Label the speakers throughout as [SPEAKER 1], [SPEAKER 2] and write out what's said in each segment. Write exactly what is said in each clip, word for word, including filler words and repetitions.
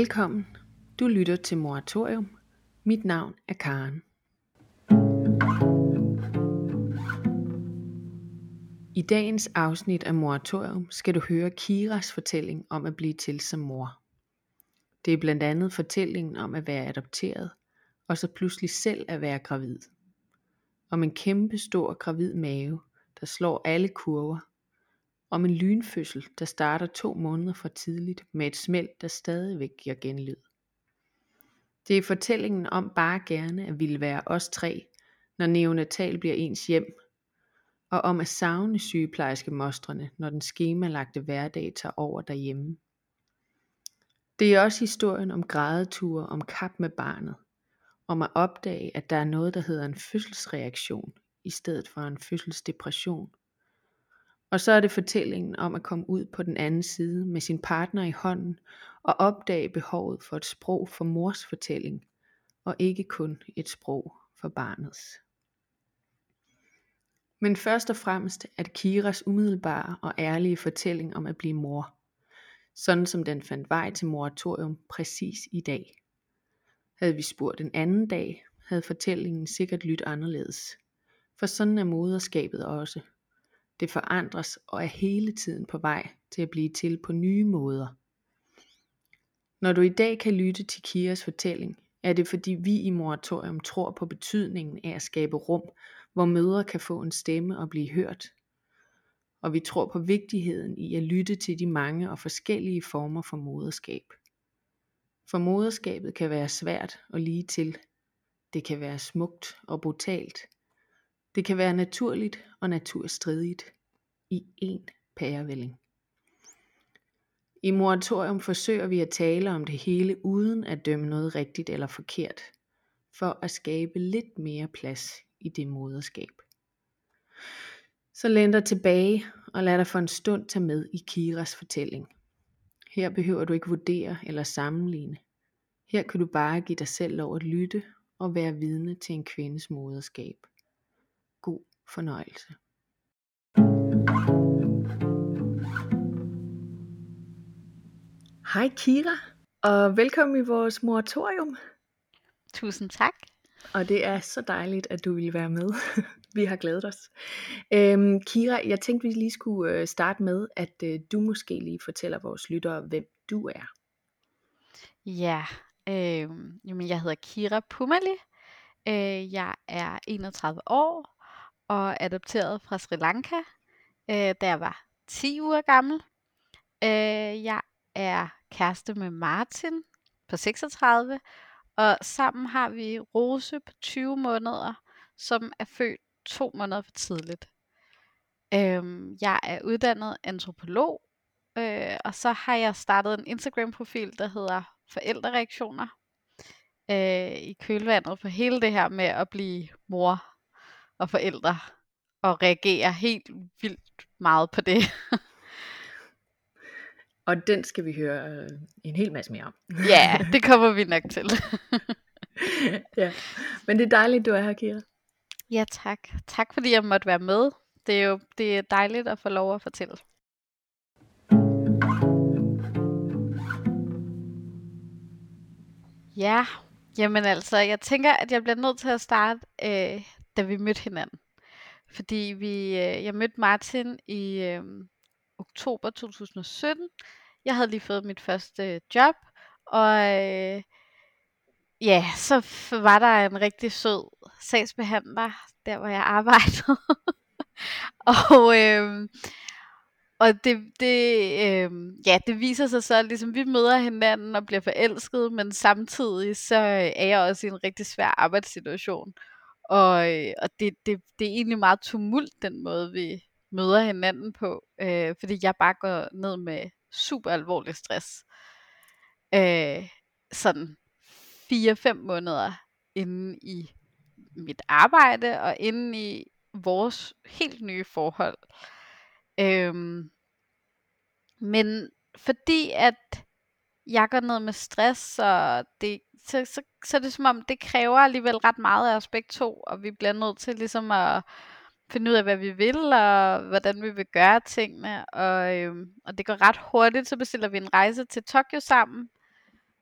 [SPEAKER 1] Velkommen. Du lytter til Moratorium. Mit navn er Karen. I dagens afsnit af Moratorium skal du høre Kiras fortælling om at blive til som mor. Det er blandt andet fortællingen om at være adopteret, og så pludselig selv at være gravid. Om en kæmpe stor gravid mave, der slår alle kurver. Om en lynfødsel, der starter to måneder for tidligt med et smæld, der stadigvæk giver genlyd. Det er fortællingen om bare gerne at ville være os tre, når neonatal bliver ens hjem, og om at savne sygeplejerskemostrene, når den skemalagte hverdag tager over derhjemme. Det er også historien om grædeture, om kap med barnet, om at opdage, at der er noget, der hedder en fødselsreaktion, i stedet for en fødselsdepression. Og så er det fortællingen om at komme ud på den anden side med sin partner i hånden, og opdage behovet for et sprog for mors fortælling, og ikke kun et sprog for barnets. Men først og fremmest er det Kiras umiddelbare og ærlige fortælling om at blive mor, sådan som den fandt vej til Moratorium præcis i dag. Havde vi spurgt en anden dag, havde fortællingen sikkert lyttet anderledes, for sådan er moderskabet også. Det forandres og er hele tiden på vej til at blive til på nye måder. Når du i dag kan lytte til Kiras fortælling, er det fordi vi i Moratorium tror på betydningen af at skabe rum, hvor mødre kan få en stemme og blive hørt. Og vi tror på vigtigheden i at lytte til de mange og forskellige former for moderskab. For moderskabet kan være svært og lige til. Det kan være smukt og brutalt. Det kan være naturligt og naturstridigt i én pærevælling. I Moratorium forsøger vi at tale om det hele uden at dømme noget rigtigt eller forkert, for at skabe lidt mere plads i det moderskab. Så læn dig tilbage og lad dig for en stund tage med i Kiras fortælling. Her behøver du ikke vurdere eller sammenligne. Her kan du bare give dig selv lov at lytte og være vidne til en kvindes moderskab. God fornøjelse. Hej Kira, og velkommen i vores Moratorium.
[SPEAKER 2] Tusind tak.
[SPEAKER 1] Og det er så dejligt, at du ville være med. Vi har glædet os. Øhm, Kira, jeg tænkte, vi lige skulle starte med, at øh, du måske lige fortæller vores lyttere, hvem du er.
[SPEAKER 2] Ja, øh, jamen jeg hedder Kira Pumali. Øh, jeg er enogtredive år og adopteret fra Sri Lanka, øh, da jeg var ti uger gammel. Øh, jeg er kæreste med Martin på seksogtredive, og sammen har vi Rose på tyve måneder, som er født to måneder for tidligt. Øh, jeg er uddannet antropolog, øh, og så har jeg startet en Instagram-profil, der hedder Forældrereaktioner, øh, i kølvandet på hele det her med at blive mor og forældre, og reagere helt vildt meget på det.
[SPEAKER 1] Og den skal vi høre øh, en hel masse mere om.
[SPEAKER 2] Ja, det kommer vi nok til.
[SPEAKER 1] Ja. Men det er dejligt, du er her, Kira.
[SPEAKER 2] Ja, tak. Tak fordi jeg måtte være med. Det er jo det er dejligt at få lov at fortælle. Ja, jamen altså, jeg tænker, at jeg bliver nødt til at starte, øh, da vi mødte hinanden. Fordi vi, øh, jeg mødte Martin i øh, oktober to tusind og sytten. Jeg havde lige fået mit første job, og øh, ja, så f- var der en rigtig sød sagsbehandler, der hvor jeg arbejdede. og øh, og det, det, øh, ja, det viser sig så, ligesom vi møder hinanden og bliver forelsket, men samtidig så er jeg også i en rigtig svær arbejdssituation. Og, øh, og det, det, det er egentlig meget tumult, den måde vi møder hinanden på, øh, fordi jeg bare går ned med super alvorlig stress. Øh, sådan fire fem måneder inde i mit arbejde og inde i vores helt nye forhold. Øhm, men fordi at jeg går ned med stress, og det, så, så, så er det som om, det kræver alligevel ret meget af os begge to, og vi bliver nødt til ligesom at finde ud af, hvad vi vil, og hvordan vi vil gøre tingene, og, øhm, og det går ret hurtigt, så bestiller vi en rejse til Tokyo sammen,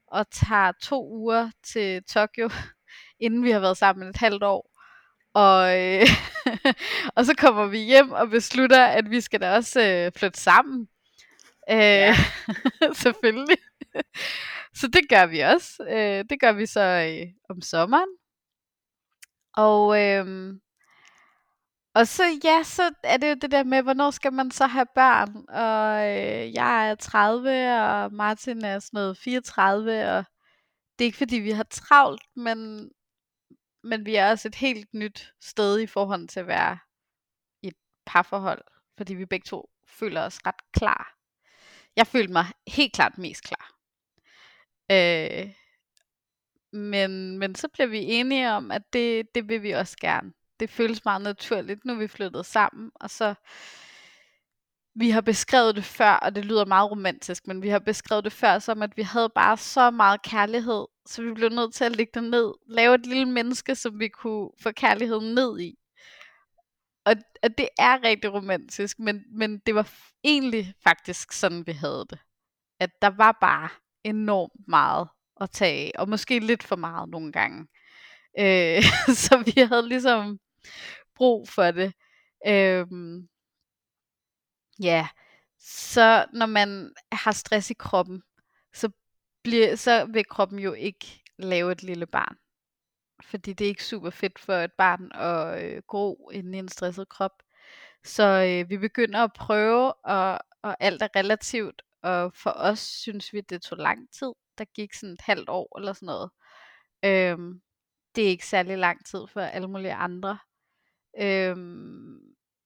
[SPEAKER 2] og tager to uger til Tokyo, inden vi har været sammen et halvt år. Og, øh, og så kommer vi hjem og beslutter, at vi skal da også øh, flytte sammen. Øh,
[SPEAKER 1] Ja.
[SPEAKER 2] selvfølgelig. Så det gør vi også. Øh, det gør vi så øh, om sommeren. Og, øh, og så ja, så er det jo det der med, hvornår skal man så have børn? Og øh, jeg er tredive, og Martin er sådan noget fireogtredive, og det er ikke fordi vi har travlt, men, men vi er også et helt nyt sted i forhold til at være i et parforhold, fordi vi begge to føler os ret klar. Jeg følte mig helt klart mest klar. Øh, men, men så bliver vi enige om, at det, det vil vi også gerne. Det føles meget naturligt, nu er vi flyttet sammen, og så vi har beskrevet det før, og det lyder meget romantisk, men vi har beskrevet det før som, at vi havde bare så meget kærlighed, så vi blev nødt til at lægge det ned, lave et lille menneske, som vi kunne få kærligheden ned i. Og, og det er rigtig romantisk, men, men det var f- egentlig faktisk sådan, vi havde det. At der var bare enormt meget at tage af, og måske lidt for meget nogle gange. Øh, så vi havde ligesom brug for det. Øhm, ja, så når man har stress i kroppen, så, bliver, så vil kroppen jo ikke lave et lille barn. Fordi det er ikke super fedt for et barn at øh, gro inde i en stresset krop. Så øh, vi begynder at prøve, og, og alt er relativt. Og for os synes vi, det tog lang tid. Der gik sådan et halvt år eller sådan noget. Øhm, det er ikke særlig lang tid for alle mulige andre. Øhm,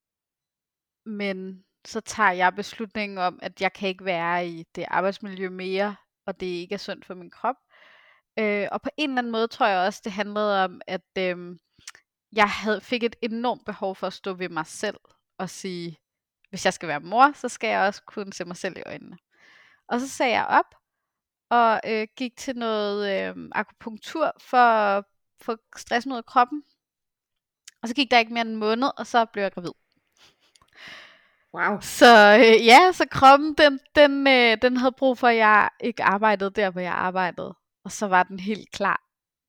[SPEAKER 2] men så tager jeg beslutningen om, at jeg kan ikke være i det arbejdsmiljø mere, og det ikke er sundt for min krop. Øh, og på en eller anden måde tror jeg også, det handlede om, at øh, jeg havde, fik et enormt behov for at stå ved mig selv og sige, hvis jeg skal være mor, så skal jeg også kunne se mig selv i øjnene. Og så sagde jeg op og øh, gik til noget øh, akupunktur for at få stressen ud af kroppen. Og så gik der ikke mere end en måned, og så blev jeg gravid.
[SPEAKER 1] Wow.
[SPEAKER 2] Så øh, ja, så kroppen, den, den, øh, den havde brug for, at jeg ikke arbejdede der, hvor jeg arbejdede. Og så var den helt klar.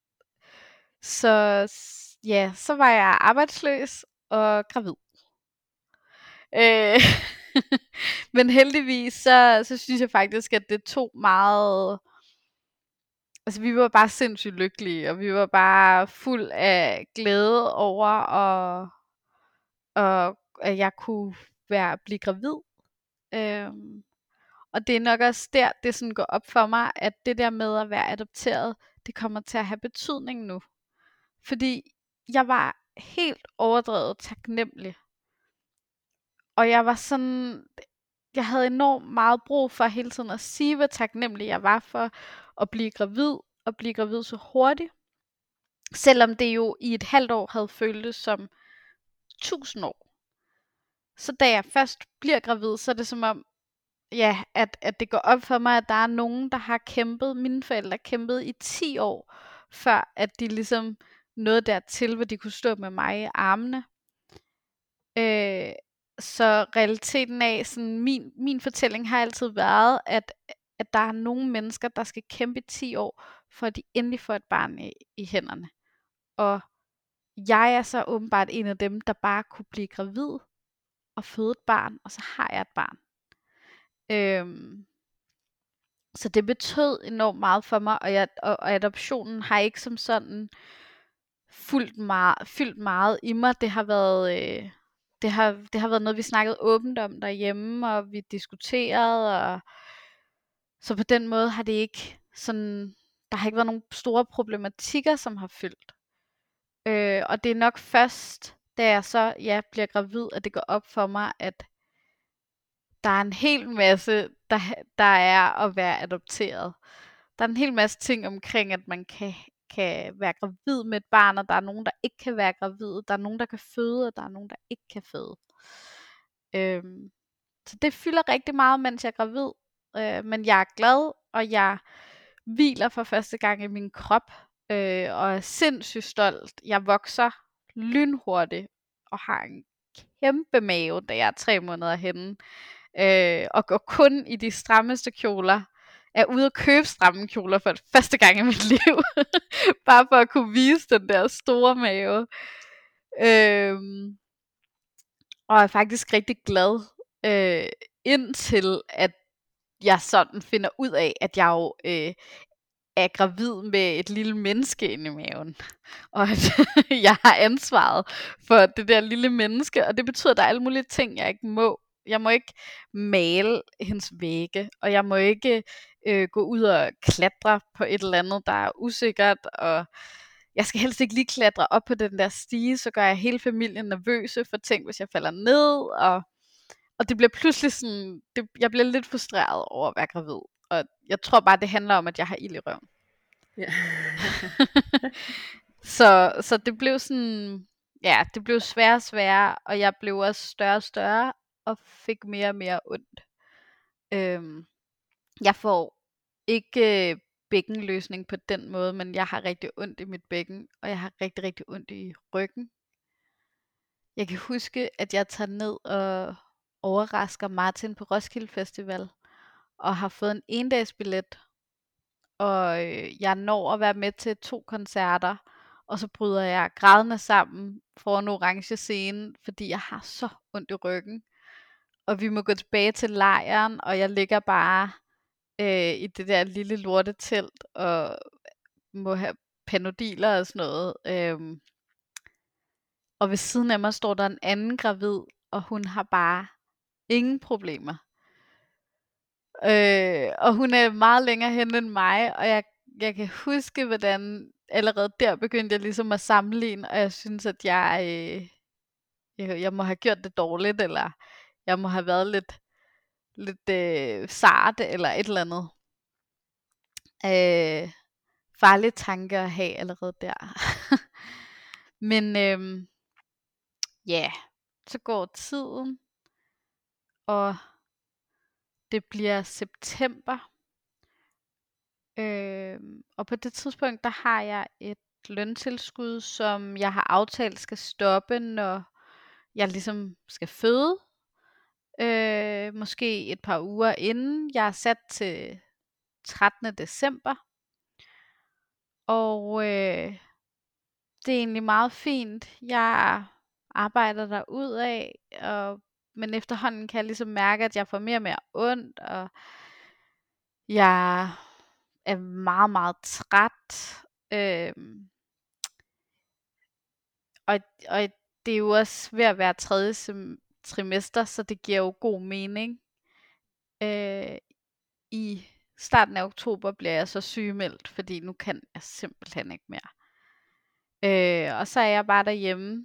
[SPEAKER 2] Så s- ja, så var jeg arbejdsløs og gravid. Øh, men heldigvis, så, så synes jeg faktisk, at det tog meget. Altså, vi var bare sindssygt lykkelige, og vi var bare fuld af glæde over, og, og at jeg kunne være, blive gravid. Øhm, og det er nok også der, det sådan går op for mig, at det der med at være adopteret, det kommer til at have betydning nu. Fordi jeg var helt overdrevet taknemmelig. Og jeg var sådan, jeg havde enormt meget brug for hele tiden at sige, hvor taknemmelig jeg var for at blive gravid, og blive gravid så hurtigt. Selvom det jo i et halvt år havde føltes som tusind år. Så da jeg først bliver gravid, så er det som om, ja, at, at det går op for mig, at der er nogen, der har kæmpet, mine forældre kæmpet i ti år, før at de ligesom nåede dertil, hvor de kunne stå med mig i armene. Øh, så realiteten af, sådan min, min fortælling har altid været, at, at der er nogle mennesker, der skal kæmpe i ti år, for at de endelig får et barn i, i hænderne. Og jeg er så åbenbart en af dem, der bare kunne blive gravid og føde et barn, og så har jeg et barn. Øhm, så det betød enormt meget for mig, og, jeg, og, og adoptionen har ikke som sådan fyldt meget, fyldt meget i mig. Det har været, øh, det har, det har været noget, vi snakkede åbent om derhjemme, og vi diskuterede, og så på den måde har det ikke sådan, der har ikke været nogle store problematikker, som har fyldt. Øh, og det er nok først, da jeg så ja, bliver gravid, at det går op for mig, at der er en hel masse, der, der er at være adopteret. Der er en hel masse ting omkring, at man kan, kan være gravid med et barn, og der er nogen, der ikke kan være gravid. Der er nogen, der kan føde, og der er nogen, der ikke kan føde. Øhm, så det fylder rigtig meget, mens jeg er gravid. Øh, men jeg er glad, og jeg hviler for første gang i min krop, øh, og er sindssygt stolt. Jeg vokser lynhurtigt, og har en kæmpe mave, da jeg er tre måneder henne. Øh, og går kun i de strammeste kjoler er ude at købe stramme kjoler for det første gang i mit liv. Bare for at kunne vise den der store mave. Øhm, og er faktisk rigtig glad, øh, indtil at jeg sådan finder ud af, at jeg jo øh, er gravid med et lille menneske inde i maven. Og at jeg har ansvaret for det der lille menneske, og det betyder, at der er alle mulige ting, jeg ikke må. Jeg må ikke male hendes vægge, og jeg må ikke øh, gå ud og klatre på et eller andet, der er usikkert, og jeg skal helst ikke lige klatre op på den der stige, så gør jeg hele familien nervøse for ting, hvis jeg falder ned, og, og det bliver pludselig sådan, det, jeg bliver lidt frustreret over at være gravid, og jeg tror bare, det handler om, at jeg har ild i røven.
[SPEAKER 1] Ja.
[SPEAKER 2] så, så det blev sådan, ja, det blev sværere og sværere, og jeg blev også større og større, og fik mere og mere ondt. Øhm, jeg får ikke øh, bækkenløsning på den måde, men jeg har rigtig ondt i mit bækken, og jeg har rigtig, rigtig ondt i ryggen. Jeg kan huske, at jeg tager ned og overrasker Martin på Roskilde Festival, og har fået en endagsbillet, og øh, jeg når at være med til to koncerter, og så bryder jeg grædende sammen foran orange scene, fordi jeg har så ondt i ryggen. Og vi må gå tilbage til lejren, og jeg ligger bare øh, i det der lille lortetelt, og må have panodiler og sådan noget. Øhm, og ved siden af mig står der en anden gravid, og hun har bare ingen problemer. Øh, og hun er meget længere hen end mig, og jeg, jeg kan huske, hvordan allerede der begyndte jeg ligesom at sammenligne, og jeg synes, at jeg, øh, jeg, jeg må have gjort det dårligt, eller jeg må have været lidt, lidt øh, sart, eller et eller andet. Øh, farlige tanker at have allerede der. Men øhm, ja, yeah, så går tiden, og det bliver september. Øh, og på det tidspunkt, der har jeg et løntilskud, som jeg har aftalt skal stoppe, når jeg ligesom skal føde. Øh, måske et par uger inden. Jeg er sat til trettende december. Og øh, det er egentlig meget fint. Jeg arbejder derudad, og, men efterhånden kan jeg ligesom mærke, at jeg får mere og mere ondt, og jeg er meget, meget træt. Øhm, og, og det er jo også ved at være tredje sem- trimester, så det giver jo god mening. Øh, I starten af oktober bliver jeg så sygemeldt, fordi nu kan jeg simpelthen ikke mere. Øh, og så er jeg bare derhjemme.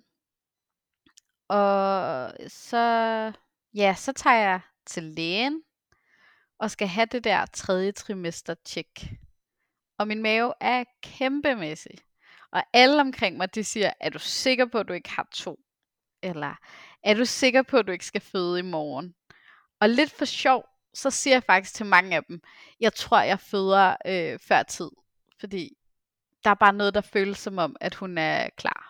[SPEAKER 2] Og så, ja, så tager jeg til lægen og skal have det der tredje trimester tjek. Og min mave er kæmpemæssig. Og alle omkring mig, de siger, er du sikker på, at du ikke har to? Eller er du sikker på, at du ikke skal føde i morgen? Og lidt for sjov, så siger jeg faktisk til mange af dem, jeg tror, jeg føder øh, før tid. Fordi der er bare noget, der føles som om, at hun er klar.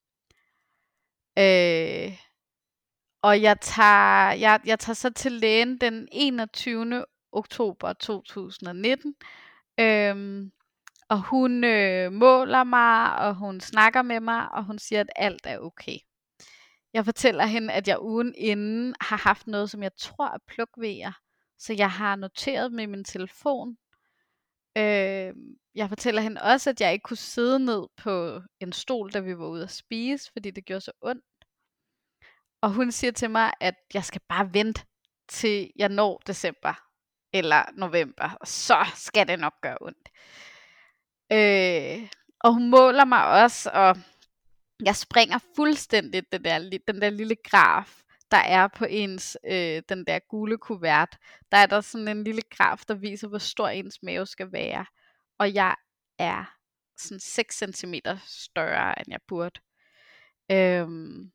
[SPEAKER 2] Øh, og jeg tager, jeg, jeg tager så til lægen den enogtyvende oktober to tusind og nitten. Øhm, og hun øh, måler mig, og hun snakker med mig, og hun siger, at alt er okay. Jeg fortæller hende, at jeg ugen inden har haft noget, som jeg tror er plukvejer. Så jeg har noteret med min telefon. Øh, jeg fortæller hende også, at jeg ikke kunne sidde ned på en stol, da vi var ude at spise, fordi det gjorde så ondt. Og hun siger til mig, at jeg skal bare vente til jeg når december eller november, og så skal det nok gøre ondt. Øh, og hun måler mig også, og jeg springer fuldstændig den der, den der lille graf, der er på ens, øh, den der gule kuvert. Der er der sådan en lille graf, der viser, hvor stor ens mave skal være. Og jeg er sådan seks centimeter større, end jeg burde. Øhm,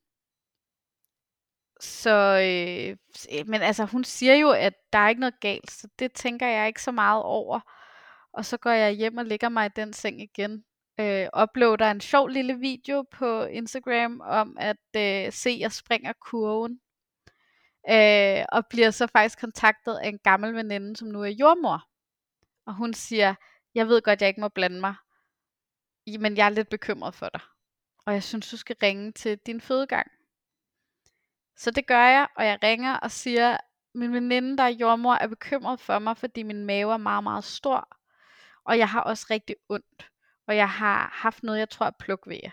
[SPEAKER 2] Så, øh, men altså hun siger jo, at der er ikke noget galt, så det tænker jeg ikke så meget over. Og så går jeg hjem og lægger mig i den seng igen. Øh, uploader en sjov lille video på Instagram om at øh, se, at jeg springer kurven. Øh, og bliver så faktisk kontaktet af en gammel veninde, som nu er jordmor. Og hun siger, jeg ved godt, jeg ikke må blande mig, men jeg er lidt bekymret for dig. Og jeg synes, du skal ringe til din fødegang. Så det gør jeg, og jeg ringer og siger, min veninde, der er jordmor, er bekymret for mig, fordi min mave er meget, meget stor. Og jeg har også rigtig ondt. Og jeg har haft noget, jeg tror er plukveje.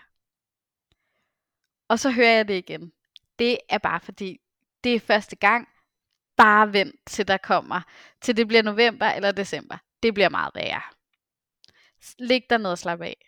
[SPEAKER 2] Og så hører jeg det igen. Det er bare fordi, det er første gang. Bare vent til der kommer. Til det bliver november eller december. Det bliver meget værre. Læg dig ned og slap af.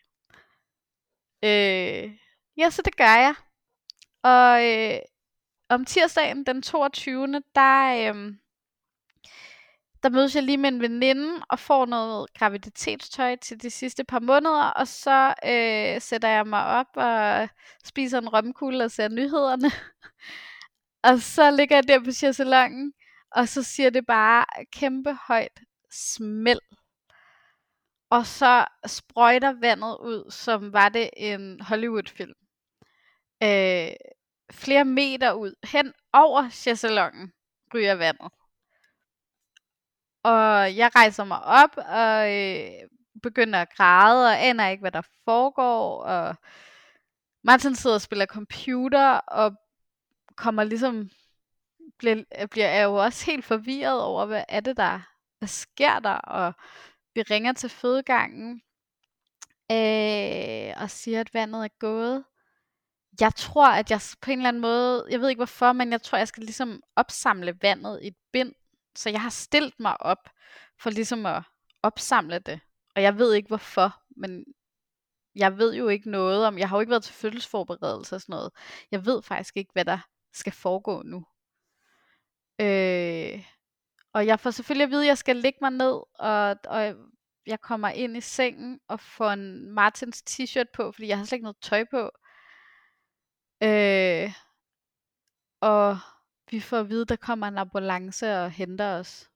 [SPEAKER 2] Øh, ja, så det gør jeg. Og øh, om tirsdagen den toogtyvende der, øh, der mødes jeg lige med en veninde og får noget graviditetstøj til de sidste par måneder. Og så øh, sætter jeg mig op og spiser en romkugle og ser nyhederne. Og så ligger jeg der på chaiselongen, og så siger det bare kæmpe højt smæld. Og så sprøjter vandet ud, som var det en Hollywood-film. Øh, flere meter ud, hen over chaiselongen, ryger vandet. Og jeg rejser mig op og øh, begynder at græde, og aner ikke, hvad der foregår. Og Martin sidder og spiller computer, og kommer ligesom, bliver, bliver jeg jo også helt forvirret over, hvad er det der, hvad sker der? Og vi ringer til fødegangen, øh, og siger, at vandet er gået. Jeg tror, at jeg på en eller anden måde, jeg ved ikke hvorfor, men jeg tror, jeg skal ligesom opsamle vandet i et bind. Så jeg har stillet mig op for ligesom at opsamle det. Og jeg ved ikke hvorfor, men jeg ved jo ikke noget om, jeg har jo ikke været til fødselsforberedelse og sådan noget. Jeg ved faktisk ikke, hvad der skal foregå nu. Øh, og jeg får selvfølgelig at vide, at jeg skal lægge mig ned, og, og jeg kommer ind i sengen og får en Martins t-shirt på, fordi jeg har slet ikke noget tøj på. Øh, og vi får at vide, at der kommer en ambulance og henter os.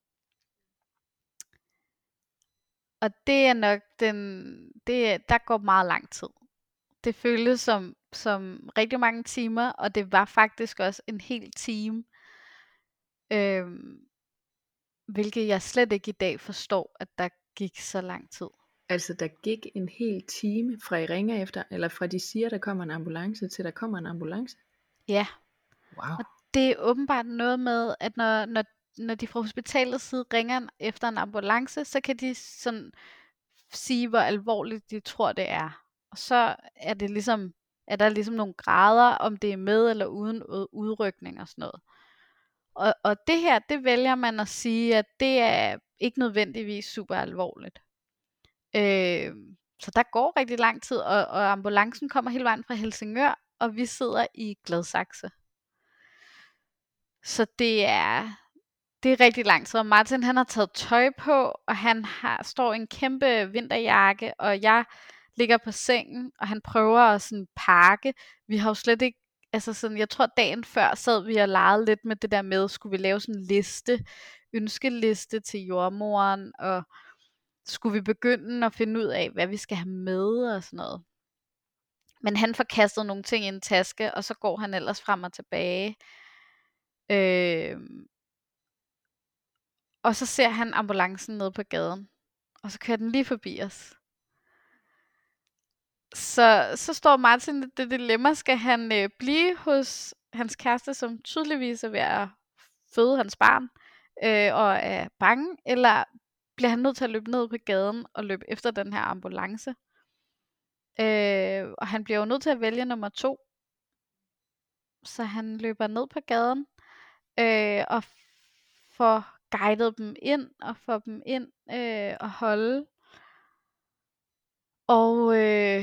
[SPEAKER 2] Og det er nok den, det, der går meget lang tid. Det føles som, som rigtig mange timer, og det var faktisk også en hel time. Øhm, hvilket jeg slet ikke i dag forstår, at der gik så lang tid.
[SPEAKER 1] Altså der gik en hel time fra I ringer efter, eller fra de siger, der kommer en ambulance, til der kommer en ambulance?
[SPEAKER 2] Ja.
[SPEAKER 1] Wow.
[SPEAKER 2] Og det er åbenbart noget med, at når, når, når de fra hospitalets side ringer efter en ambulance, så kan de sådan sige, hvor alvorligt de tror, det er. Og så er det ligesom, er der ligesom nogle grader, om det er med eller uden udrykning og sådan noget. Og, og det her, det vælger man at sige, at det er ikke nødvendigvis super alvorligt. Øh, så der går rigtig lang tid, og, og ambulancen kommer hele vejen fra Helsingør, og vi sidder i Gladsaxe. Så det er, det er rigtig lang tid, og Martin han har taget tøj på, og han har, står i en kæmpe vinterjakke, og jeg ligger på sengen, og han prøver at sådan pakke. Vi har jo slet ikke, altså sådan, jeg tror dagen før sad vi og legede lidt med det der med, skulle vi lave sådan en liste, ønskeliste til jordmoren, og skulle vi begynde at finde ud af, hvad vi skal have med og sådan noget. Men han får kastet nogle ting i en taske, og så går han ellers frem og tilbage. Øh, og så ser han ambulancen nede på gaden, og så kører den lige forbi os. Så, så står Martin i det dilemma, skal han øh, blive hos hans kæreste, som tydeligvis er ved at føde hans barn, øh, og er bange, eller bliver han nødt til at løbe ned på gaden og løbe efter den her ambulance? Øh, og han bliver jo nødt til at vælge nummer to. Så han løber ned på gaden øh, og får guidet dem ind og får dem ind øh, og holde. Og øh,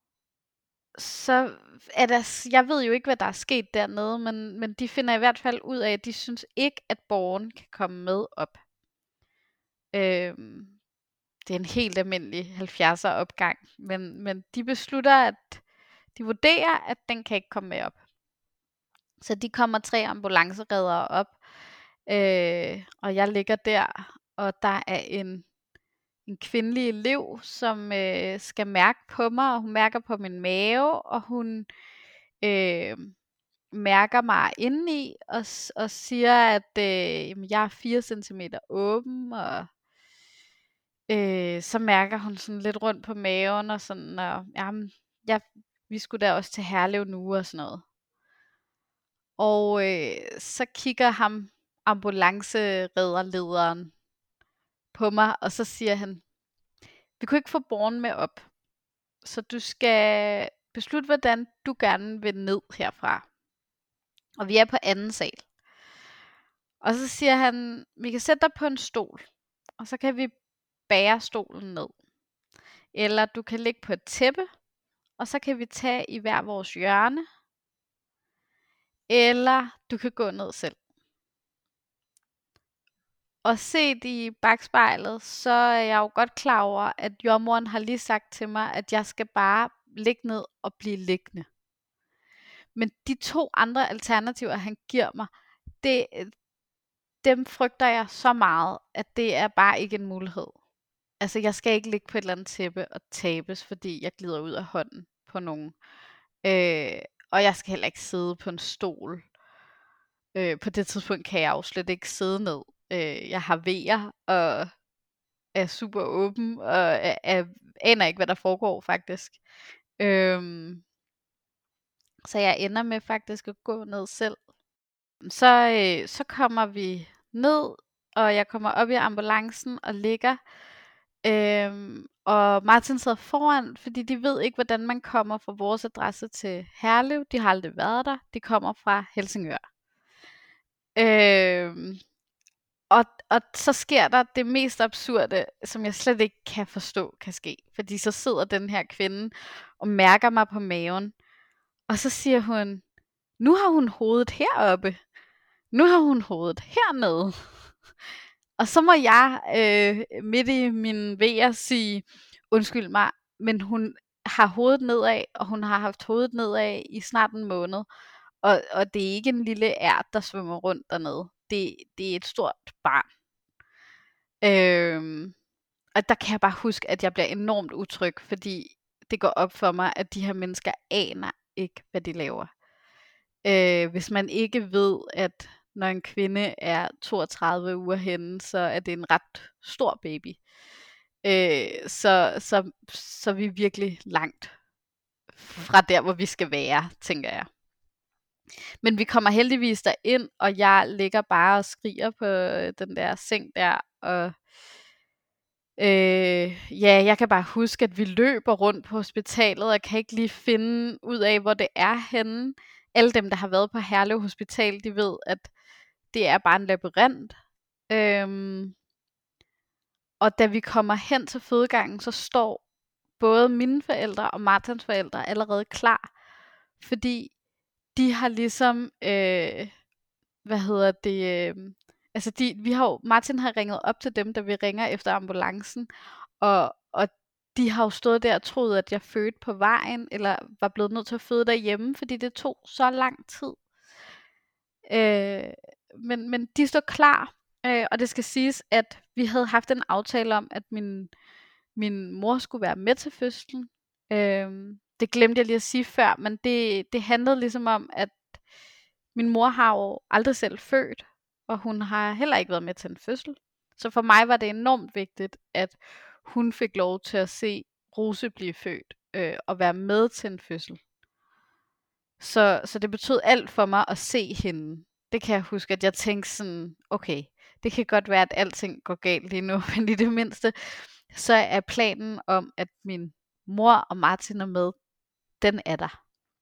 [SPEAKER 2] så er der, jeg ved jo ikke, hvad der er sket dernede, men, men de finder i hvert fald ud af, at de synes ikke, at borgeren kan komme med op. Øh, det er en helt almindelig halvfjerdser opgang, men, men de beslutter, at de vurderer, at den kan ikke komme med op. Så de kommer tre ambulancereddere op, øh, og jeg ligger der, og der er en, en kvindelig elev, som øh, skal mærke på mig, og hun mærker på min mave, og hun øh, mærker mig indeni, og, og siger, at øh, jamen, jeg er fire centimeter åben, og øh, så mærker hun sådan lidt rundt på maven, og sådan, og jamen, ja, vi skulle da også til Herlev nu, og sådan noget. Og øh, så kigger ham ambulanceredderlederen på mig, og så siger han, vi kunne ikke få borgen med op, så du skal beslutte, hvordan du gerne vil ned herfra. Og vi er på anden sal. Og så siger han, vi kan sætte dig på en stol, og så kan vi bære stolen ned. Eller du kan ligge på et tæppe, og så kan vi tage i hver vores hjørne. Eller du kan gå ned selv. Og set i bagspejlet, så er jeg jo godt klar over, at jordmoren har lige sagt til mig, at jeg skal bare ligge ned og blive liggende. Men de to andre alternativer, han giver mig, det, dem frygter jeg så meget, at det er bare ikke en mulighed. Altså, jeg skal ikke ligge på et eller andet tæppe og tabes, fordi jeg glider ud af hånden på nogen. Øh, og jeg skal heller ikke sidde på en stol. Øh, på det tidspunkt kan jeg jo slet ikke sidde ned. Øh, jeg har vejer og er super åben og er, er, aner ikke, hvad der foregår faktisk. Øhm, så jeg ender med faktisk at gå ned selv. Så, øh, så kommer vi ned, og jeg kommer op i ambulancen og ligger. Øhm, og Martin sidder foran, fordi de ved ikke, hvordan man kommer fra vores adresse til Herlev. De har aldrig været der. De kommer fra Helsingør. Øhm, og, og så sker der det mest absurde, som jeg slet ikke kan forstå kan ske. Fordi så sidder den her kvinde og mærker mig på maven. Og så siger hun, nu har hun hovedet heroppe. Nu har hun hovedet hernede. Og så må jeg øh, midt i min vejer sige, undskyld mig, men hun har hovedet nedad, og hun har haft hovedet nedad i snart en måned. Og, og det er ikke en lille ært, der svømmer rundt dernede. Det, det er et stort barn. Øhm, og der kan jeg bare huske, at jeg bliver enormt utryg, fordi det går op for mig, at de her mennesker aner ikke, hvad de laver. Øh, hvis man ikke ved, at når en kvinde er toogtredive uger henne, så er det en ret stor baby. Øh, så, så, så er vi virkelig langt fra der, hvor vi skal være, tænker jeg. Men vi kommer heldigvis derind, og jeg ligger bare og skriger på den der seng der, og øh, ja, jeg kan bare huske, at vi løber rundt på hospitalet, og kan ikke lige finde ud af, hvor det er henne. Alle dem, der har været på Herlev Hospital, de ved, at det er bare en labyrint. Øhm, og da vi kommer hen til fødegangen, så står både mine forældre og Martins forældre allerede klar, fordi de har ligesom, øh, hvad hedder det, øh, altså de, vi har jo, Martin har ringet op til dem, da vi ringer efter ambulancen, og, og de har jo stået der og troet, at jeg fødte på vejen, eller var blevet nødt til at føde derhjemme, fordi det tog så lang tid. Øh, men, men de står klar, øh, og det skal siges, at vi havde haft en aftale om, at min, min mor skulle være med til fødslen. Øh, det glemte jeg lige at sige før, men det, det handlede ligesom om, at min mor har jo aldrig selv født, og hun har heller ikke været med til en fødsel. Så for mig var det enormt vigtigt, at hun fik lov til at se Rose blive født, øh, og være med til en fødsel. Så, så det betød alt for mig at se hende. Det kan jeg huske, at jeg tænkte sådan, okay, det kan godt være, at alting går galt lige nu, men i det mindste, så er planen om, at min mor og Martin er med, den er der.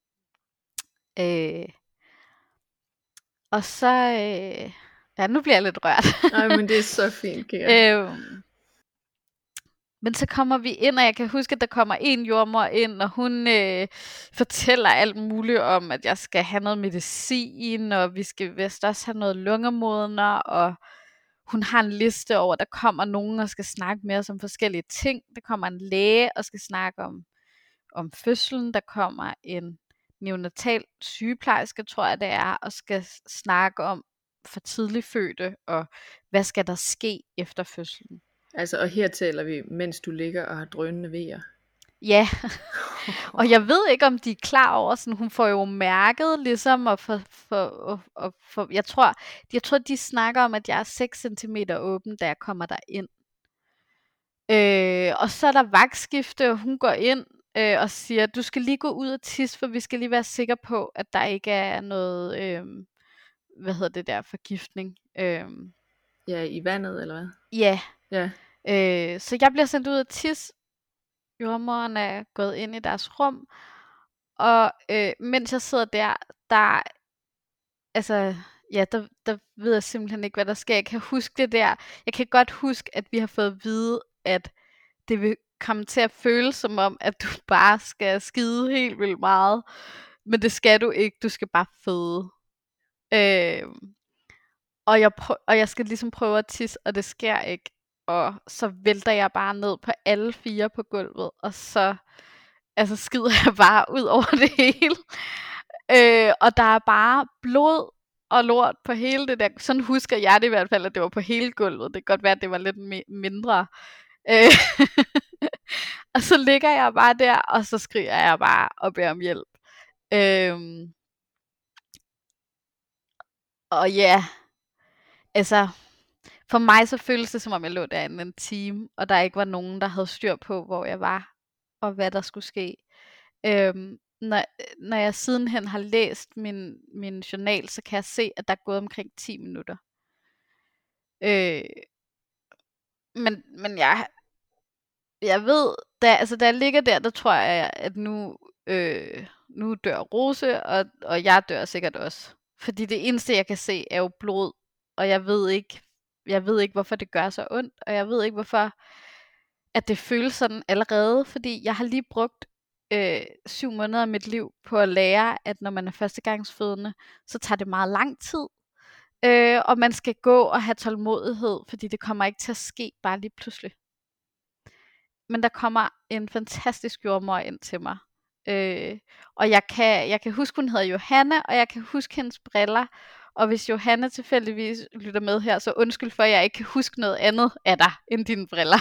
[SPEAKER 2] Øh, og så, øh, ja, nu bliver jeg lidt rørt.
[SPEAKER 1] Nej, men det er så fint, Kira.
[SPEAKER 2] øh, Men så kommer vi ind, og jeg kan huske, at der kommer en jordmor ind, og hun øh, fortæller alt muligt om, at jeg skal have noget medicin, og vi skal vist også have noget lungemodner, og hun har en liste over, der kommer nogen og skal snakke med os om forskellige ting. Der kommer en læge og skal snakke om, om fødslen. Der kommer en neonatal sygeplejerske, tror jeg det er, og skal snakke om for tidlig fødte, og hvad skal der ske efter fødslen.
[SPEAKER 1] Altså, og her taler vi, mens du ligger og har drønende vejer.
[SPEAKER 2] Ja, og jeg ved ikke, om de er klar over, sådan, hun får jo mærket ligesom, og for, for, og, og for, jeg tror, jeg tror, de snakker om, at jeg er seks centimeter åben, da jeg kommer der ind. Øh, og så er der vagtskifte, og hun går ind øh, og siger, du skal lige gå ud og tisse, for vi skal lige være sikre på, at der ikke er noget, øh, hvad hedder det der, forgiftning. Øh,
[SPEAKER 1] Ja, i vandet, eller hvad?
[SPEAKER 2] ja,
[SPEAKER 1] Ja.
[SPEAKER 2] øh, så jeg bliver sendt ud at tisse. Jordemoderen er gået ind i deres rum, og øh, mens jeg sidder der, der, altså, ja, der, der ved jeg simpelthen ikke, hvad der sker. Jeg kan huske det der. Jeg kan godt huske, at vi har fået at vide, at det vil komme til at føles som om, at du bare skal skide helt vildt meget. Men det skal du ikke. Du skal bare føde. Øh, og, jeg prø- og jeg skal ligesom prøve at tisse, og det sker ikke. Og så vælter jeg bare ned på alle fire på gulvet, og så altså skider jeg bare ud over det hele. Øh, og der er bare blod og lort på hele det der. Sådan husker jeg det i hvert fald, at det var på hele gulvet. Det kan godt være, at det var lidt mi- mindre. Øh, og så ligger jeg bare der, og så skriger jeg bare og beder om hjælp. Øhm, og ja, altså, for mig så føltes det, som om jeg lå derinde en time, og der ikke var nogen, der havde styr på, hvor jeg var, og hvad der skulle ske. Øhm, når, når jeg sidenhen har læst min, min journal, så kan jeg se, at der er gået omkring ti minutter. Øh, men, men jeg, jeg ved, da, altså, da jeg ligger der, der tror jeg, at nu, øh, nu dør Rose, og, og jeg dør sikkert også. Fordi det eneste, jeg kan se, er jo blod, og jeg ved ikke, jeg ved ikke, hvorfor det gør så ondt, og jeg ved ikke, hvorfor at det føles sådan allerede, fordi jeg har lige brugt øh, syv måneder af mit liv på at lære, at når man er førstegangsfødende, så tager det meget lang tid, øh, og man skal gå og have tålmodighed, fordi det kommer ikke til at ske bare lige pludselig. Men der kommer en fantastisk jordmor ind til mig. Øh, og jeg kan, jeg kan huske, hun hedder Johanne, og jeg kan huske hendes briller. Og hvis Johanne tilfældigvis lytter med her, så undskyld for, at jeg ikke kan huske noget andet af dig end dine briller.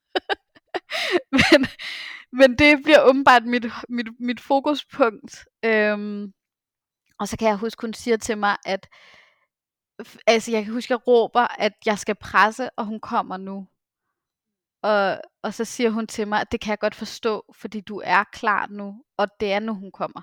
[SPEAKER 2] men, men det bliver åbenbart mit, mit, mit fokuspunkt. Øhm, og så kan jeg huske, hun siger til mig, at altså jeg kan huske, at jeg råber, at jeg skal presse, og hun kommer nu. Og, og så siger hun til mig, at det kan jeg godt forstå, fordi du er klar nu, og det er nu, hun kommer.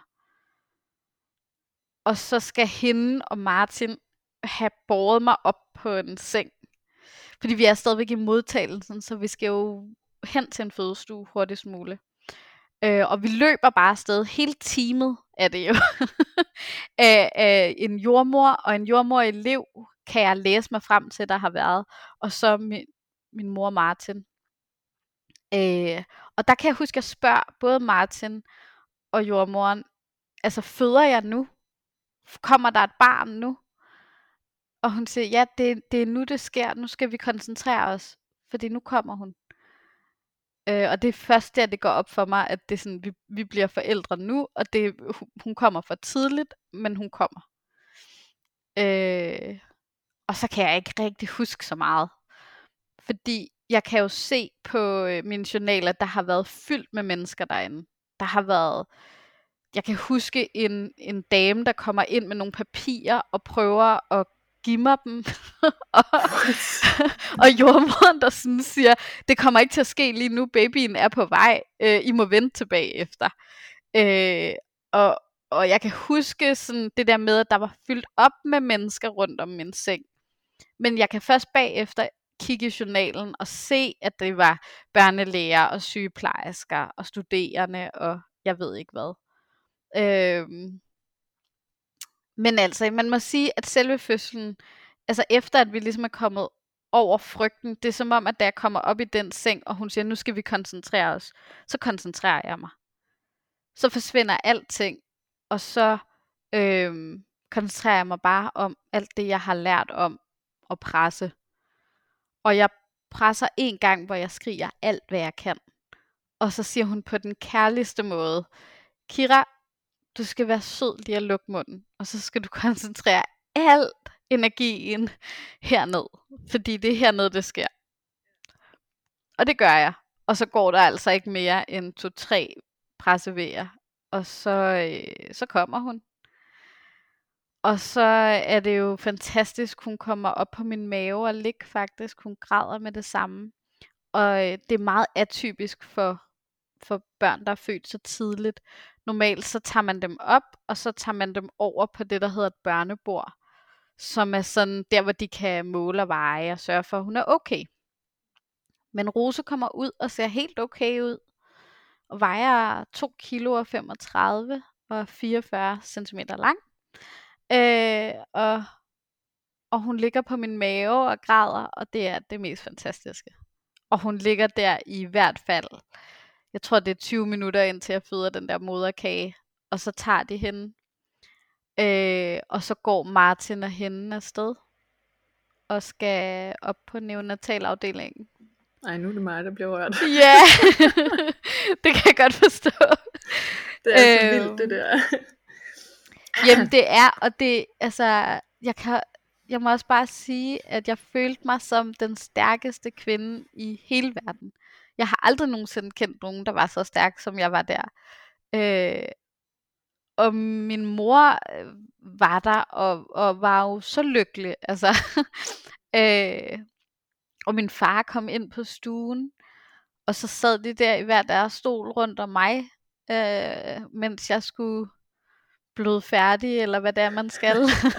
[SPEAKER 2] Og så skal hende og Martin have båret mig op på en seng. Fordi vi er stadigvæk i modtagelsen, så vi skal jo hen til en fødestue hurtigst muligt. Øh, og vi løber bare afsted. Hele teamet er det jo. af, af en jordmor og en jordmor-elev kan jeg læse mig frem til, der har været. Og så min, min mor Martin. Øh, og der kan jeg huske, at jeg spørger både Martin og jordmoren, altså føder jeg nu? Kommer der et barn nu? Og hun siger, ja, det, det er nu det sker, nu skal vi koncentrere os, fordi nu kommer hun. Øh, og det er først der, det går op for mig, at det er sådan, vi, vi bliver forældre nu, og det, hun kommer for tidligt, men hun kommer. Øh, og så kan jeg ikke rigtig huske så meget. Fordi jeg kan jo se på øh, mine journaler, at der har været fyldt med mennesker derinde. Der har været, jeg kan huske en, en dame, der kommer ind med nogle papirer og prøver at give mig dem. og, og jordemoderen, der sådan siger, det kommer ikke til at ske lige nu, babyen er på vej, øh, I må vente tilbage efter. Øh, og, og jeg kan huske sådan det der med, at der var fyldt op med mennesker rundt om min seng. Men jeg kan først bagefter kigge i journalen og se, at det var børnelæger og sygeplejersker og studerende og jeg ved ikke hvad. Øhm, men altså, man må sige, at selve fødslen, altså efter at vi ligesom er kommet over frygten, det er som om, at da jeg kommer op i den seng, og hun siger, nu skal vi koncentrere os, så koncentrerer jeg mig. Så forsvinder alting, og så øhm, koncentrerer jeg mig bare om alt det, jeg har lært om at presse. Og jeg presser en gang, hvor jeg skriger alt, hvad jeg kan. Og så siger hun på den kærligste måde, Kira, du skal være sød lige at lukke munden, og så skal du koncentrere alt energien herned, fordi det er hernede, det sker. Og det gør jeg. Og så går der altså ikke mere end to-tre pressevejer, og så, øh, så kommer hun. Og så er det jo fantastisk, hun kommer op på min mave og ligger faktisk, hun græder med det samme. og øh, det er meget atypisk for, for børn, der er født så tidligt. Normalt så tager man dem op, og så tager man dem over på det, der hedder et børnebord, som er sådan der, hvor de kan måle og veje og sørge for, at hun er okay. Men Rose kommer ud og ser helt okay ud, og vejer to kilo og femogtredive og fireogfyrre centimeter lang. Øh, og, og hun ligger på min mave og græder, og det er det mest fantastiske. Og hun ligger der i hvert fald, jeg tror det er tyve minutter indtil jeg føder den der moderkage, og så tager de hende, øh, og så går Martin og hende afsted, og skal op på neonatalafdelingen.
[SPEAKER 1] Ej, nu er det mig, der bliver rørt.
[SPEAKER 2] Ja, det kan jeg godt forstå.
[SPEAKER 1] Det er så vildt, det der.
[SPEAKER 2] Jamen det er, og det, altså, jeg kan, jeg må også bare sige, at jeg følte mig som den stærkeste kvinde i hele verden. Jeg har aldrig nogensinde kendt nogen, der var så stærk, som jeg var der. Øh, og min mor øh, var der, og, og var jo så lykkelig, altså. øh, og min far kom ind på stuen, og så sad de der i hver deres stol rundt om mig, øh, mens jeg skulle bløde færdig, eller hvad det er, man skal.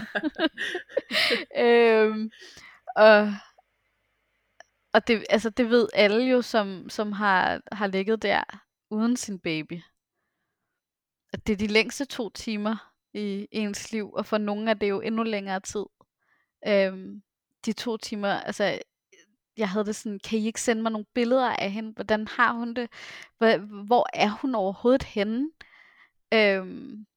[SPEAKER 2] øhm, og og det, altså, det ved alle jo, som, som har, har ligget der uden sin baby. At det er de længste to timer i ens liv, og for nogle er det jo endnu længere tid. Øhm, de to timer, altså, jeg havde det sådan, kan I ikke sende mig nogle billeder af hende? Hvordan har hun det? Hvor, hvor er hun overhovedet henne? Øhm,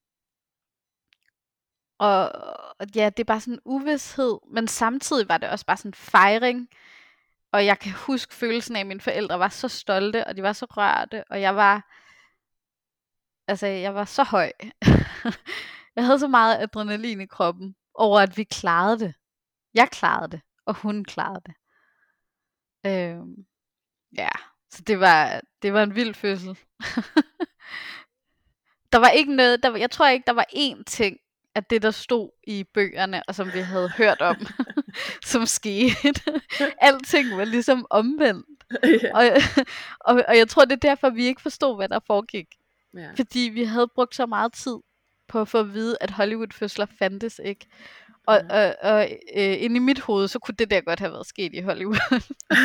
[SPEAKER 2] og, og ja, det er bare sådan en uvished, men samtidig var det også bare sådan en fejring. Og jeg kan huske følelsen af, at mine forældre var så stolte, og de var så rørte, og jeg var, altså jeg var så høj. Jeg havde så meget adrenalin i kroppen, over at vi klarede det. Jeg klarede det, og hun klarede det. Øhm, ja, så det var, det var en vild fødsel. Der var ikke noget, der var, jeg tror ikke, der var én ting af det, der stod i bøgerne, og som vi havde hørt om, som skete. Alting var ligesom omvendt.
[SPEAKER 1] Ja.
[SPEAKER 2] Og, og, og jeg tror, det er derfor, vi ikke forstod, hvad der foregik.
[SPEAKER 1] Ja.
[SPEAKER 2] Fordi vi havde brugt så meget tid på at få at vide, at Hollywood-fødsler fandtes ikke. Og,
[SPEAKER 1] Ja.
[SPEAKER 2] og, og øh, inde i mit hoved, så kunne det der godt have været sket i Hollywood.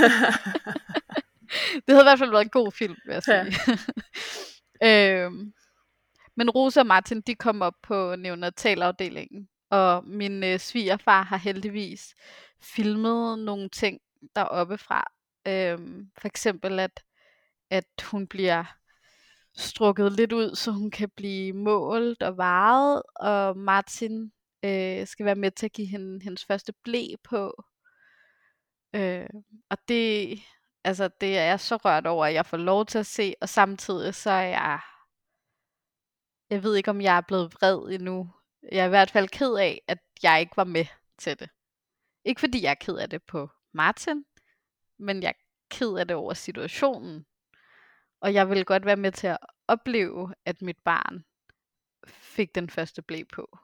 [SPEAKER 2] Det havde i hvert fald været en god film, vil jeg sige. Ja. øhm, men Rosa og Martin, de kom op på neonatalafdelingen. Og min øh, svigerfar har heldigvis filmet nogle ting deroppe fra. Øhm, for eksempel, at, at hun bliver strukket lidt ud, så hun kan blive målt og vejet, og Martin øh, skal være med til at give hende hendes første ble på. Øh, og det, altså, det er jeg så rørt over, at jeg får lov til at se, og samtidig så er jeg, jeg ved ikke, om jeg er blevet vred endnu. Jeg er i hvert fald ked af, at jeg ikke var med til det. Ikke fordi jeg er ked af det på Martin, men jeg er ked af det over situationen. Og jeg vil godt være med til at opleve, at mit barn fik den første ble på.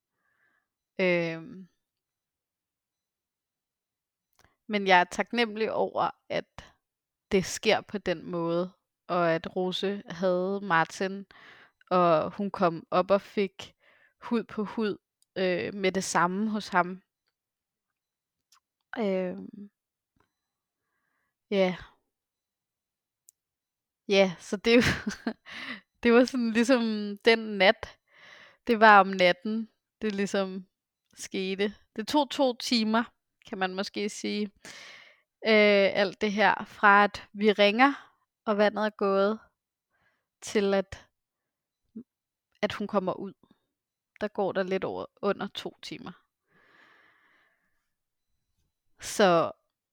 [SPEAKER 2] Øhm. Men jeg er taknemmelig over, at det sker på den måde, og at Rose havde Martin, og hun kom op og fik hud på hud øh, med det samme hos ham. Øhm. Ja. Ja, så det, det var sådan ligesom den nat, det var om natten, det ligesom skete. Det tog to timer, kan man måske sige. Øh, alt det her, fra at vi ringer, og vandet er gået, til at, at hun kommer ud. Der går der lidt over under to timer. Så,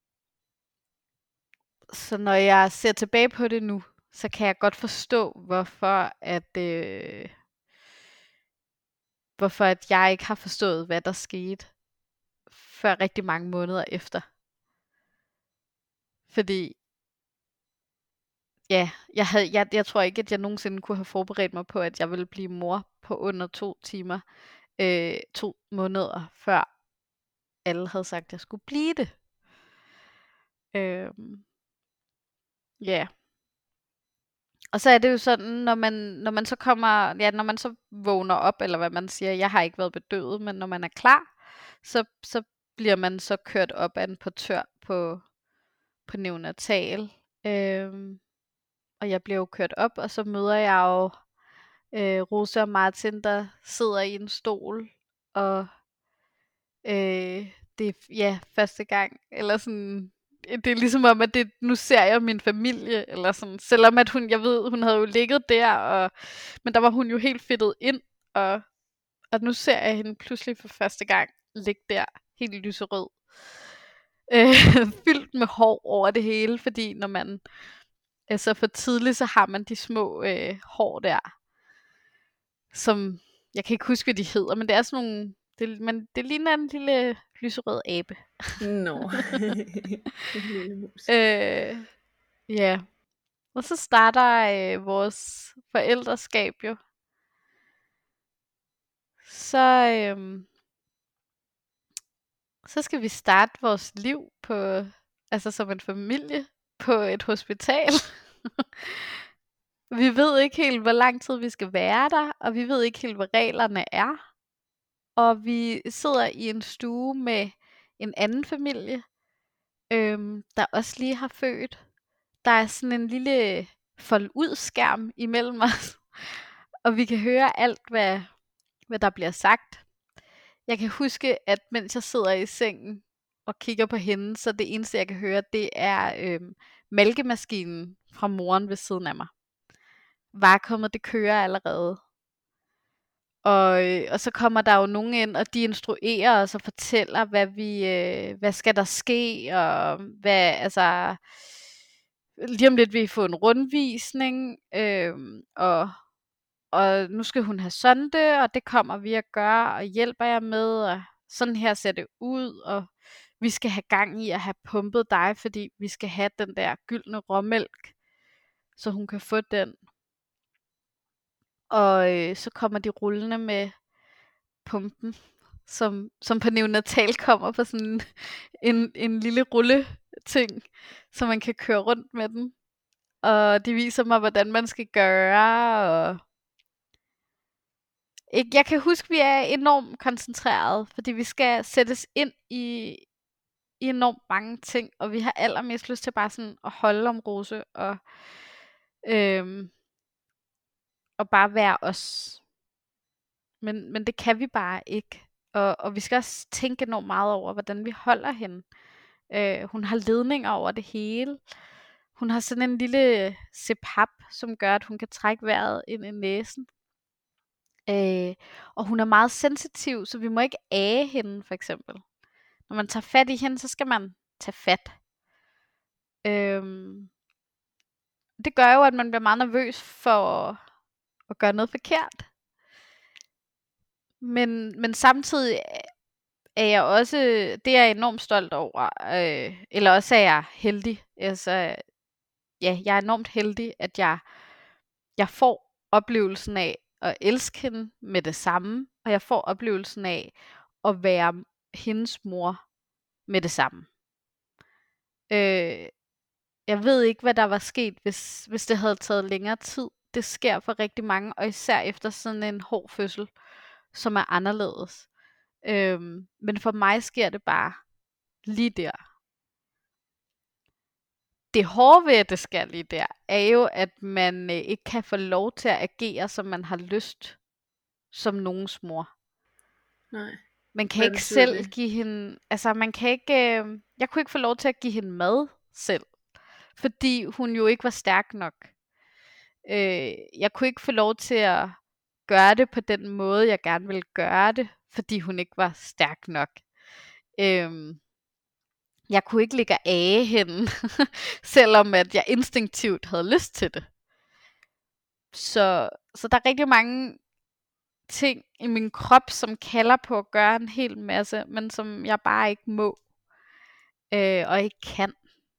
[SPEAKER 2] så når jeg ser tilbage på det nu, så kan jeg godt forstå, hvorfor at, øh, hvorfor at jeg ikke har forstået, hvad der skete, før rigtig mange måneder efter. Fordi, ja, jeg, havde, jeg, jeg tror ikke, at jeg nogensinde kunne have forberedt mig på, at jeg ville blive mor på under to timer, øh, to måneder før alle havde sagt, at jeg skulle blive det. Øhm. Ja. Og så er det jo sådan, når man, når man så kommer, ja, når man så vågner op, eller hvad man siger, jeg har ikke været bedøvet, men når man er klar, så, så bliver man så kørt op af en portør på, på neonatal. Øhm, og jeg bliver jo kørt op, og så møder jeg jo øh, Rosa og Martin, der sidder i en stol, og øh, det er ja, første gang, eller sådan, det er ligesom om, at det, nu ser jeg min familie, eller sådan, selvom at hun, jeg ved, hun havde jo ligget der, og, men der var hun jo helt fedtet ind, og, og nu ser jeg hende pludselig for første gang ligge der, helt lyserød, øh, fyldt med hår over det hele, fordi når man er så for tidligt, så har man de små øh, hår der, som, jeg kan ikke huske, hvad de hedder, men det er sådan nogle, det, men det ligner en lille lyserød abe.
[SPEAKER 1] Nå, en lille mus.
[SPEAKER 2] Øh, ja. Og så starter øh, vores forældreskab jo. Så, øh, så skal vi starte vores liv på, altså som en familie, på et hospital. Vi ved ikke helt, hvor lang tid vi skal være der, og vi ved ikke helt, hvad reglerne er. Og vi sidder i en stue med en anden familie, øhm, der også lige har født. Der er sådan en lille fold-ud-skærm imellem os, og vi kan høre alt, hvad, hvad der bliver sagt. Jeg kan huske, at mens jeg sidder i sengen og kigger på hende, så det eneste, jeg kan høre, det er øhm, mælkemaskinen fra moren ved siden af mig. Varekommet, det kører allerede. Og, øh, og så kommer der jo nogen ind, og de instruerer os og fortæller, hvad vi, øh, hvad skal der ske, og hvad, altså, lige om lidt vil I få en rundvisning, øh, og, og nu skal hun have sonde, og det kommer vi at gøre, og hjælper jer med, og sådan her ser det ud, og vi skal have gang i at have pumpet dig, fordi vi skal have den der gyldne råmælk, så hun kan få den. Og øh, så kommer de rullende med pumpen, som, som på neonatal kommer på sådan en, en lille rulleting, så man kan køre rundt med den. Og de viser mig, hvordan man skal gøre. Og ikke, jeg kan huske, at vi er enormt koncentreret, fordi vi skal sættes ind i, i enormt mange ting, og vi har allermest lyst til bare sådan at holde om Rose, og, øhm, og bare være os. Men, men det kan vi bare ikke. Og, og vi skal også tænke enormt meget over, hvordan vi holder hende. Øh, hun har ledninger over det hele. Hun har sådan en lille C P A P, som gør, at hun kan trække vejret ind i næsen. Øh, og hun er meget sensitiv, så vi må ikke age hende, for eksempel. Når man tager fat i hende, så skal man tage fat. Øhm, det gør jo, at man bliver meget nervøs for at gøre noget forkert. Men, men samtidig er jeg også, det er jeg enormt stolt over, øh, eller også er jeg heldig. Altså, ja, jeg er enormt heldig, at jeg, jeg får oplevelsen af at elske hende med det samme, og jeg får oplevelsen af at være hendes mor med det samme. Øh, jeg ved ikke, hvad der var sket, hvis, hvis det havde taget længere tid. Det sker for rigtig mange, og især efter sådan en hård fødsel, som er anderledes. Øhm, men for mig sker det bare lige der. Det hårde ved, at det sker lige der, er jo, at man øh, ikke kan få lov til at agere, som man har lyst, som nogens mor.
[SPEAKER 1] Nej.
[SPEAKER 2] Man kan
[SPEAKER 1] Hvad
[SPEAKER 2] ikke
[SPEAKER 1] betyder
[SPEAKER 2] selv
[SPEAKER 1] det?
[SPEAKER 2] give hende, altså man kan ikke, øh, jeg kunne ikke få lov til at give hende mad selv, fordi hun jo ikke var stærk nok. Øh, jeg kunne ikke få lov til at gøre det på den måde, jeg gerne ville gøre det, fordi hun ikke var stærk nok. Øh, jeg kunne ikke ligge af hende, selvom at jeg instinktivt havde lyst til det. Så, så der er rigtig mange ting i min krop, som kalder på at gøre en hel masse, men som jeg bare ikke må, øh, og ikke kan.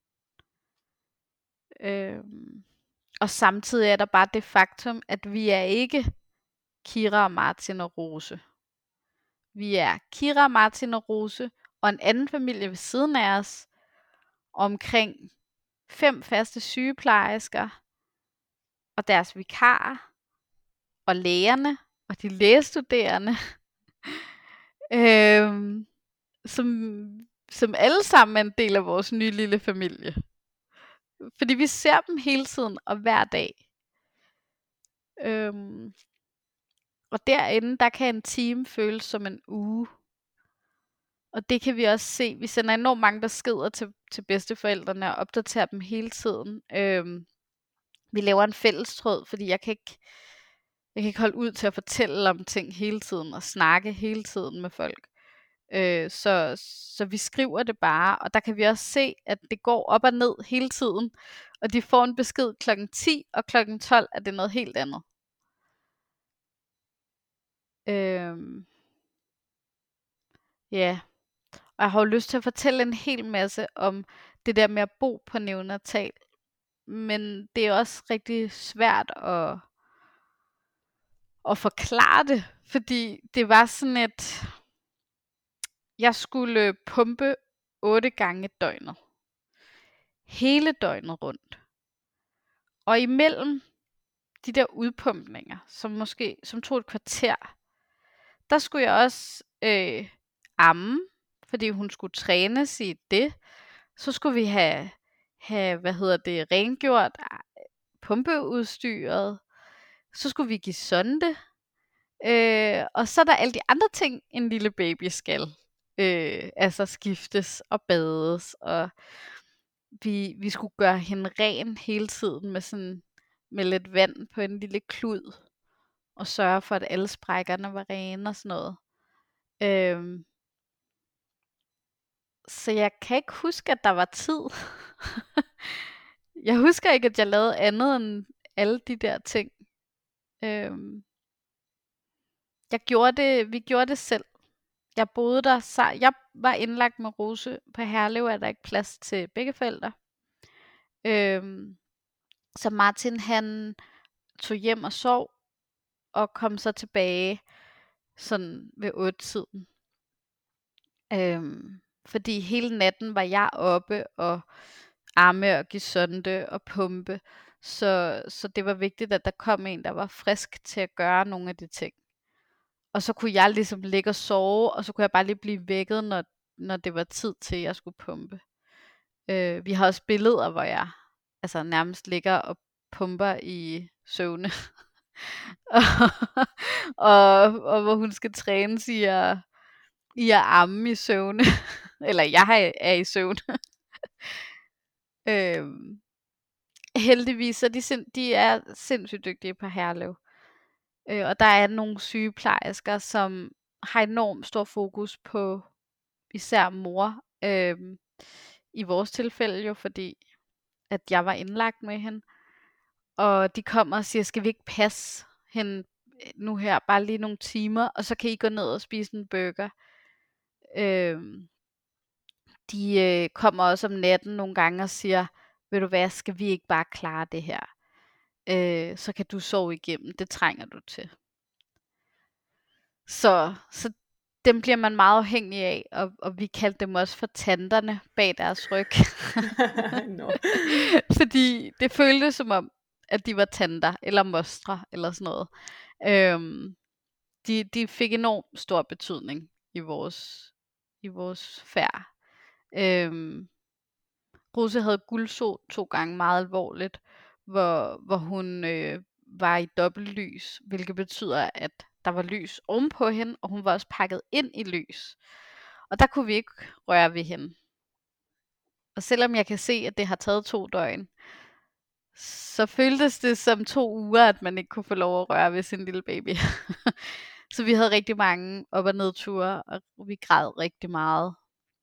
[SPEAKER 2] Øh, og samtidig er der bare det faktum, at vi er ikke Kira og Martin og Rose. Vi er Kira, Martin og Rose, og en anden familie ved siden af os, omkring fem faste sygeplejersker, og deres vikarer, og lægerne, og de lægestuderende, øhm, som, som alle sammen er en del af vores nye lille familie. Fordi vi ser dem hele tiden og hver dag. Øhm, og derinde, der kan en time føles som en uge. Og det kan vi også se. Vi sender enormt mange beskeder til, til bedsteforældrene og opdaterer dem hele tiden. Øhm, vi laver en fællestråd, fordi jeg kan ikke, jeg kan ikke holde ud til at fortælle om ting hele tiden og snakke hele tiden med folk. Øh, så, så vi skriver det bare, og der kan vi også se, at det går op og ned hele tiden. Og de får en besked klokken ti, og klokken tolv er det noget helt andet. Øhm, ja, og jeg har jo lyst til at fortælle en hel masse om det der med at bo på neonatal. Men det er også rigtig svært at, at forklare det, fordi det var sådan et, jeg skulle pumpe otte gange døgnet. Hele døgnet rundt. Og imellem de der udpumpninger, som måske som tog et kvarter, der skulle jeg også øh, amme, fordi hun skulle trænes i det. Så skulle vi have, have hvad hedder det, rengjort pumpeudstyret. Så skulle vi give sonde. Øh, og så er der alle de andre ting, en lille baby skal. Øh, altså skiftes og bades. Og vi, vi skulle gøre hende ren hele tiden med, sådan, med lidt vand på en lille klud. Og sørge for, at alle sprækkerne var rene og sådan noget. Øh, så jeg kan ikke huske, at der var tid. Jeg husker ikke, at jeg lavede andet end alle de der ting. Øhm, jeg gjorde det, vi gjorde det selv. Jeg boede der, så jeg var indlagt med Rose på Herlev, er der ikke plads til begge forældre. Øhm, så Martin han tog hjem og sov, og kom så tilbage sådan ved otte tiden. Øhm, fordi hele natten var jeg oppe og amme og give sonde og pumpe. Så, så det var vigtigt, at der kom en, der var frisk til at gøre nogle af de ting. Og så kunne jeg ligesom ligge og sove, og så kunne jeg bare lige blive vækket, når, når det var tid til, at jeg skulle pumpe. Øh, vi har også billeder, hvor jeg altså nærmest ligger og pumper i søvne. og, og, og hvor hun skal trænes i at, i at amme i søvne. Eller jeg er i søvn. øhm, heldigvis er de, sind, de er sindssygt dygtige på Herlev. Øh, og der er nogle sygeplejersker, som har enormt stor fokus på især mor. Øh, I vores tilfælde jo, fordi at jeg var indlagt med hende. Og de kommer og siger, skal vi ikke passe hende nu her, bare lige nogle timer, og så kan I gå ned og spise en burger. Øh, de øh, kommer også om natten nogle gange og siger, ved du hvad, skal vi ikke bare klare det her? Øh, så kan du sove igennem, det trænger du til. Så, så dem bliver man meget afhængig af, og, og vi kaldte dem også for tanterne bag deres ryg.
[SPEAKER 1] no.
[SPEAKER 2] Fordi det føltes som om, at de var tanter, eller mostre, eller sådan noget. Øhm, de, de fik enormt stor betydning i vores, i vores færd. Øhm, Rose havde guldsot to gange meget alvorligt, hvor, hvor hun øh, var i dobbeltlys, hvilket betyder, at der var lys ovenpå hende, og hun var også pakket ind i lys. Og der kunne vi ikke røre ved hende. Og selvom jeg kan se, at det har taget to døgn, så føltes det som to uger, at man ikke kunne få lov at røre ved sin lille baby. Så vi havde rigtig mange op- og nedture, og vi græd rigtig meget.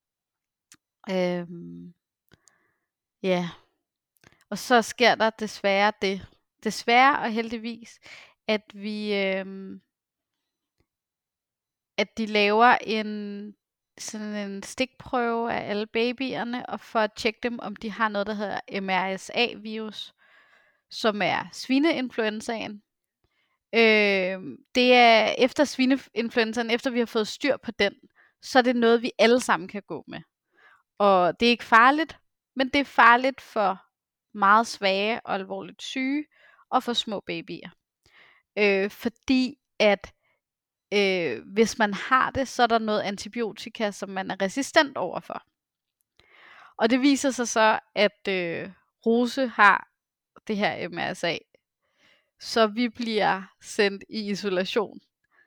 [SPEAKER 2] Øhm, ja. Yeah. Og så sker der desværre det, desværre og heldigvis, at vi, øhm, at de laver en sådan en stikprøve af alle babyerne, og for at tjekke dem, om de har noget, der hedder M R S A-virus, som er svineinfluenzaen. Øh, det er efter svineinfluenzaen, efter vi har fået styr på den, så er det noget, vi alle sammen kan gå med. Og det er ikke farligt, men det er farligt for meget svage og alvorligt syge og for små babyer. Øh, fordi at øh, hvis man har det, så er der noget antibiotika, som man er resistent overfor. Og det viser sig så, at øh, Rose har det her M R S A, så vi bliver sendt i isolation.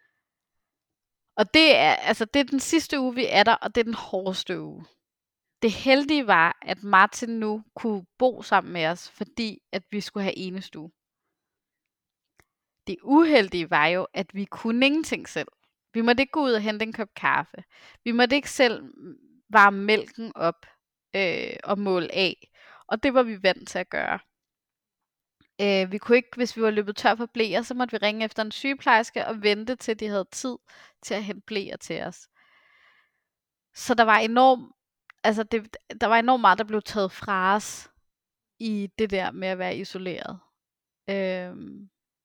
[SPEAKER 2] Og det er, altså, det er den sidste uge, vi er der, og det er den hårdeste uge. Det heldige var, at Martin nu kunne bo sammen med os, fordi at vi skulle have enestue. Det uheldige var jo, at vi kunne ingenting selv. Vi måtte ikke gå ud og hente en kop kaffe. Vi måtte ikke selv varme mælken op øh, og måle af. Og det var vi vant til at gøre. Øh, vi kunne ikke, hvis vi var løbet tør for bleer, så måtte vi ringe efter en sygeplejerske og vente til de havde tid til at hente bleer til os. Så der var enormt, altså det, der var enormt meget, der blev taget fra os i det der med at være isoleret. Øhm,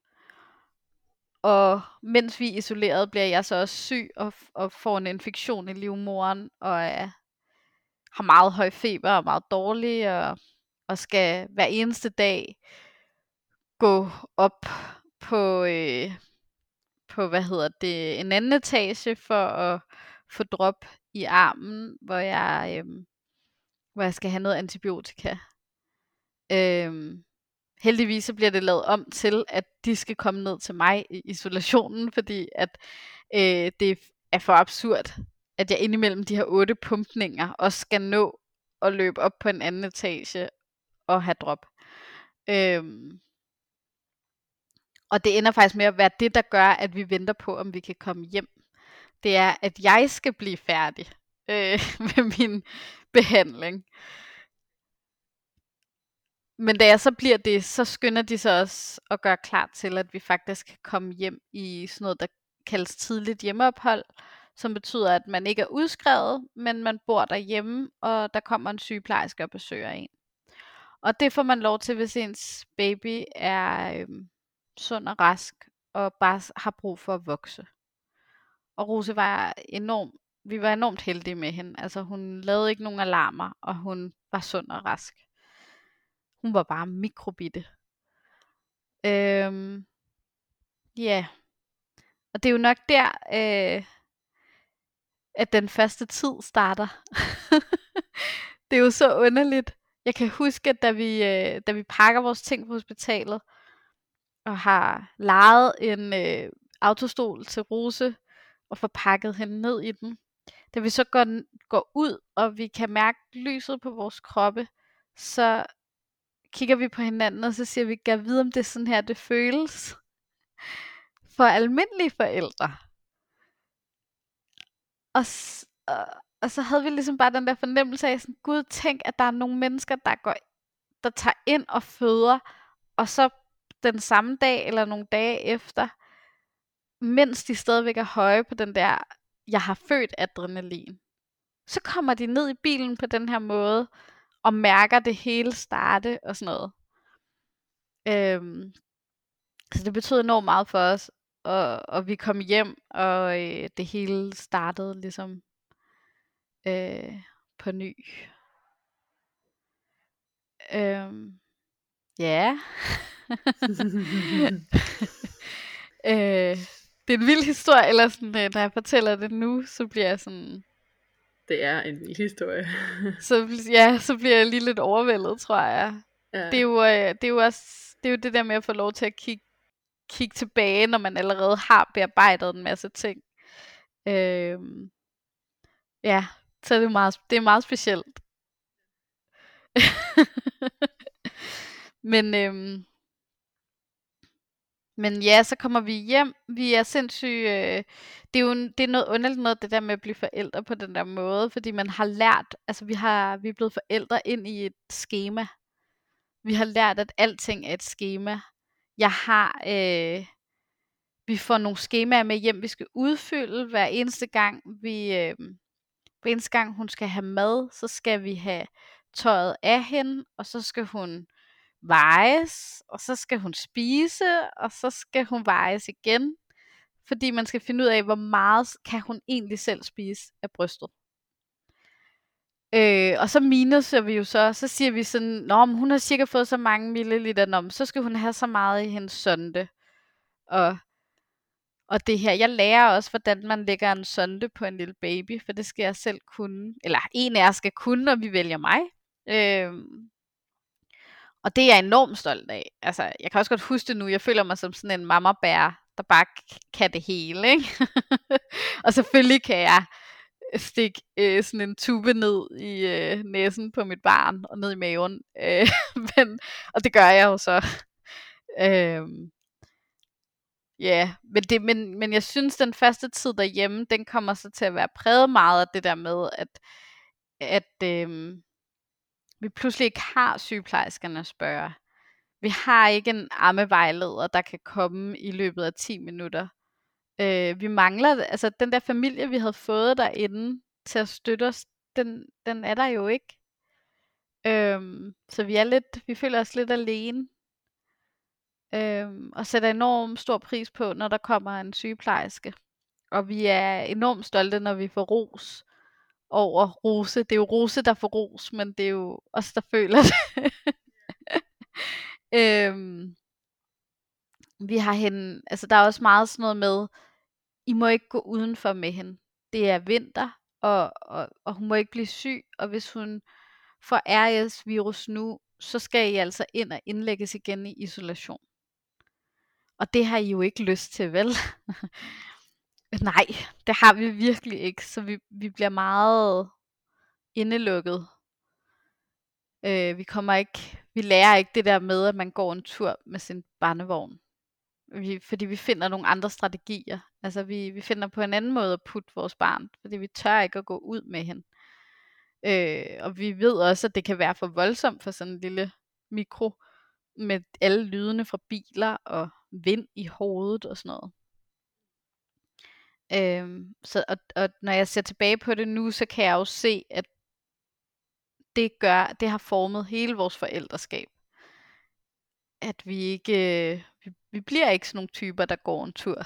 [SPEAKER 2] og mens vi er isoleret, bliver jeg så også syg og, og får en infektion i livmoderen og er, har meget høj feber og meget dårlig og, og skal hver eneste dag gå op på, øh, på hvad hedder det, en anden etage for at få drop i armen, hvor jeg, øh, hvor jeg skal have noget antibiotika. Øhm, heldigvis så bliver det lavet om til, at de skal komme ned til mig i isolationen, fordi at øh, det er for absurd, at jeg indimellem de her otte pumpninger også skal nå at løbe op på en anden etage og have drop. Øhm, og det ender faktisk med at være det, der gør, at vi venter på, om vi kan komme hjem. Det er, at jeg skal blive færdig øh, med min behandling. Men da jeg så bliver det, så skynder de sig også at gøre klar til, at vi faktisk kan komme hjem i sådan noget, der kaldes tidligt hjemmeophold, som betyder, at man ikke er udskrevet, men man bor derhjemme, og der kommer en sygeplejerske og besøger en. Og det får man lov til, hvis ens baby er øhm, sund og rask, og bare har brug for at vokse. Og Rose var enormt, vi var enormt heldige med hende. Altså hun lavede ikke nogen alarmer, og hun var sund og rask. Hun var bare mikrobitte. Øhm, ja. Yeah. Og det er jo nok der, øh, at den første tid starter. Det er jo så underligt. Jeg kan huske, at da vi, øh, da vi pakker vores ting på hospitalet, og har lejet en øh, autostol til Rose, og får pakket hende ned i den. Da vi så går, går ud, og vi kan mærke lyset på vores kroppe, så kigger vi på hinanden, og så siger vi, kan vide, om det er sådan her, det føles for almindelige forældre. Og, og, og så havde vi ligesom bare den der fornemmelse af, sådan, Gud, tænk, at der er nogle mennesker, der, går, der tager ind og føder, og så den samme dag, eller nogle dage efter, mens de stadigvæk er høje på den der, jeg har født adrenalin, så kommer de ned i bilen på den her måde, og mærker det hele starte, og sådan noget. Øhm, så det betød enormt meget for os, og, og vi kom hjem, og øh, det hele startede ligesom øh, på ny. Øhm, ja. øh, det er en vild historie, eller sådan, øh, når jeg fortæller det nu, så bliver jeg sådan...
[SPEAKER 1] Det er en vild historie.
[SPEAKER 2] så, ja, så bliver jeg lige lidt overvældet, tror jeg. Ja. Det, er jo, øh, det er jo også det, er jo det der med at få lov til at kigge, kigge tilbage, når man allerede har bearbejdet en masse ting. Øhm, ja, så er det meget, det er meget specielt. men øhm, men ja, så kommer vi hjem. Vi er sindssygt... Øh, det er jo det er noget underligt noget, det der med at blive forældre på den der måde, fordi man har lært... Altså, vi, har, vi er blevet forældre ind i et skema. Vi har lært, at alting er et skema. Jeg har... Øh, vi får nogle skemaer med hjem, vi skal udfylde hver eneste gang. Vi, øh, hver eneste gang hun skal have mad, så skal vi have tøjet af hende, og så skal hun vejes, og så skal hun spise, og så skal hun vejes igen, fordi man skal finde ud af, hvor meget kan hun egentlig selv spise af brystet. Øh, og så minuser vi jo så, så siger vi sådan, nå, men hun har cirka fået så mange milliliter, nå, men så skal hun have så meget i hendes sonde. Og, og det her, jeg lærer også, hvordan man lægger en sonde på en lille baby, for det skal jeg selv kunne, eller en af jer skal kunne, når vi vælger mig. Øh, og det er jeg enormt stolt af. Altså, jeg kan også godt huske det nu, jeg føler mig som sådan en mamma-bær, der bare k- kan det hele, ikke? Og selvfølgelig kan jeg stikke øh, sådan en tube ned i øh, næsen på mit barn og ned i maven. Øh, men, og det gør jeg jo så. Øh, Ja, yeah. men, det, men, men jeg synes, den første tid derhjemme, den kommer så til at være præget meget af det der med, at, at øh, vi pludselig ikke har sygeplejerskerne at spørge. Vi har ikke en ammevejleder, der kan komme i løbet af ti minutter. Øh, vi mangler, altså den der familie, vi havde fået derinde til at støtte os, den, den er der jo ikke. Øhm, så vi er lidt, vi føler os lidt alene. Øhm, og sætter enormt stor pris på, når der kommer en sygeplejerske. Og vi er enormt stolte, når vi får ros over Rose. Det er jo Rose, der får ros, men det er jo os, der føler det. øhm, vi har hende, altså der er også meget sådan noget med, I må ikke gå udenfor med hende. Det er vinter, og, og, og hun må ikke blive syg, og hvis hun får R S-virus nu, så skal I altså ind og indlægges igen i isolation. Og det har I jo ikke lyst til, vel? Nej, det har vi virkelig ikke, så vi, vi bliver meget indelukket. Øh, vi kommer ikke, vi lærer ikke det der med, at man går en tur med sin barnevogn. Vi, fordi vi finder nogle andre strategier. Altså vi, vi finder på en anden måde at putte vores barn, fordi vi tør ikke at gå ud med hende. Øh, og vi ved også, at det kan være for voldsomt for sådan en lille mikro, med alle lydene fra biler og vind i hovedet og sådan noget. Øhm, så, og, og når jeg ser tilbage på det nu, så kan jeg jo se, at det gør, det har formet hele vores forældreskab. At vi ikke, øh, vi, vi bliver ikke sådan nogle typer, der går en tur.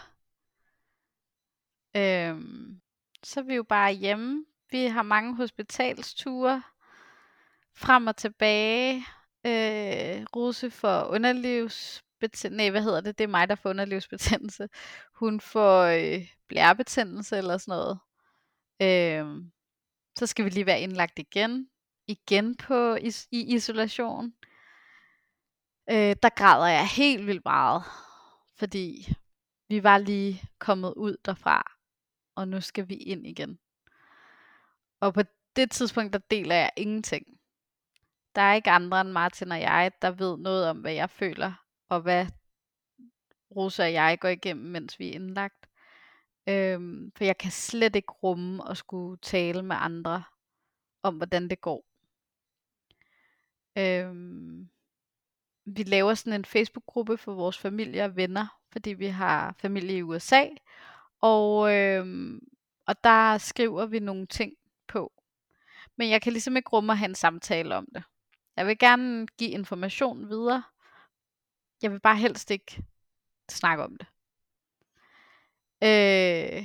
[SPEAKER 2] Øhm, så er vi jo bare hjemme. Vi har mange hospitalsture frem og tilbage. Øh, Rose får underlivsbetændelse. Nej, hvad hedder det? Det er mig, der får underlivsbetændelse. Hun får øh, blærebetændelse eller sådan noget. Øh, så skal vi lige være indlagt igen. Igen på is- i isolation. Øh, der græder jeg helt vildt meget. Fordi vi var lige kommet ud derfra. Og nu skal vi ind igen. Og på det tidspunkt, der deler jeg ingenting. Der er ikke andre end Martin og jeg, der ved noget om, hvad jeg føler, og hvad Rosa og jeg går igennem, mens vi er indlagt. Øhm, for jeg kan slet ikke rumme at skulle tale med andre om, hvordan det går. Øhm, vi laver sådan en Facebook-gruppe for vores familie og venner, fordi vi har familie i U S A. Og, øhm, og der skriver vi nogle ting på. Men jeg kan ligesom ikke rumme at have en samtale om det. Jeg vil gerne give information videre. Jeg vil bare helst ikke snakke om det. Øh,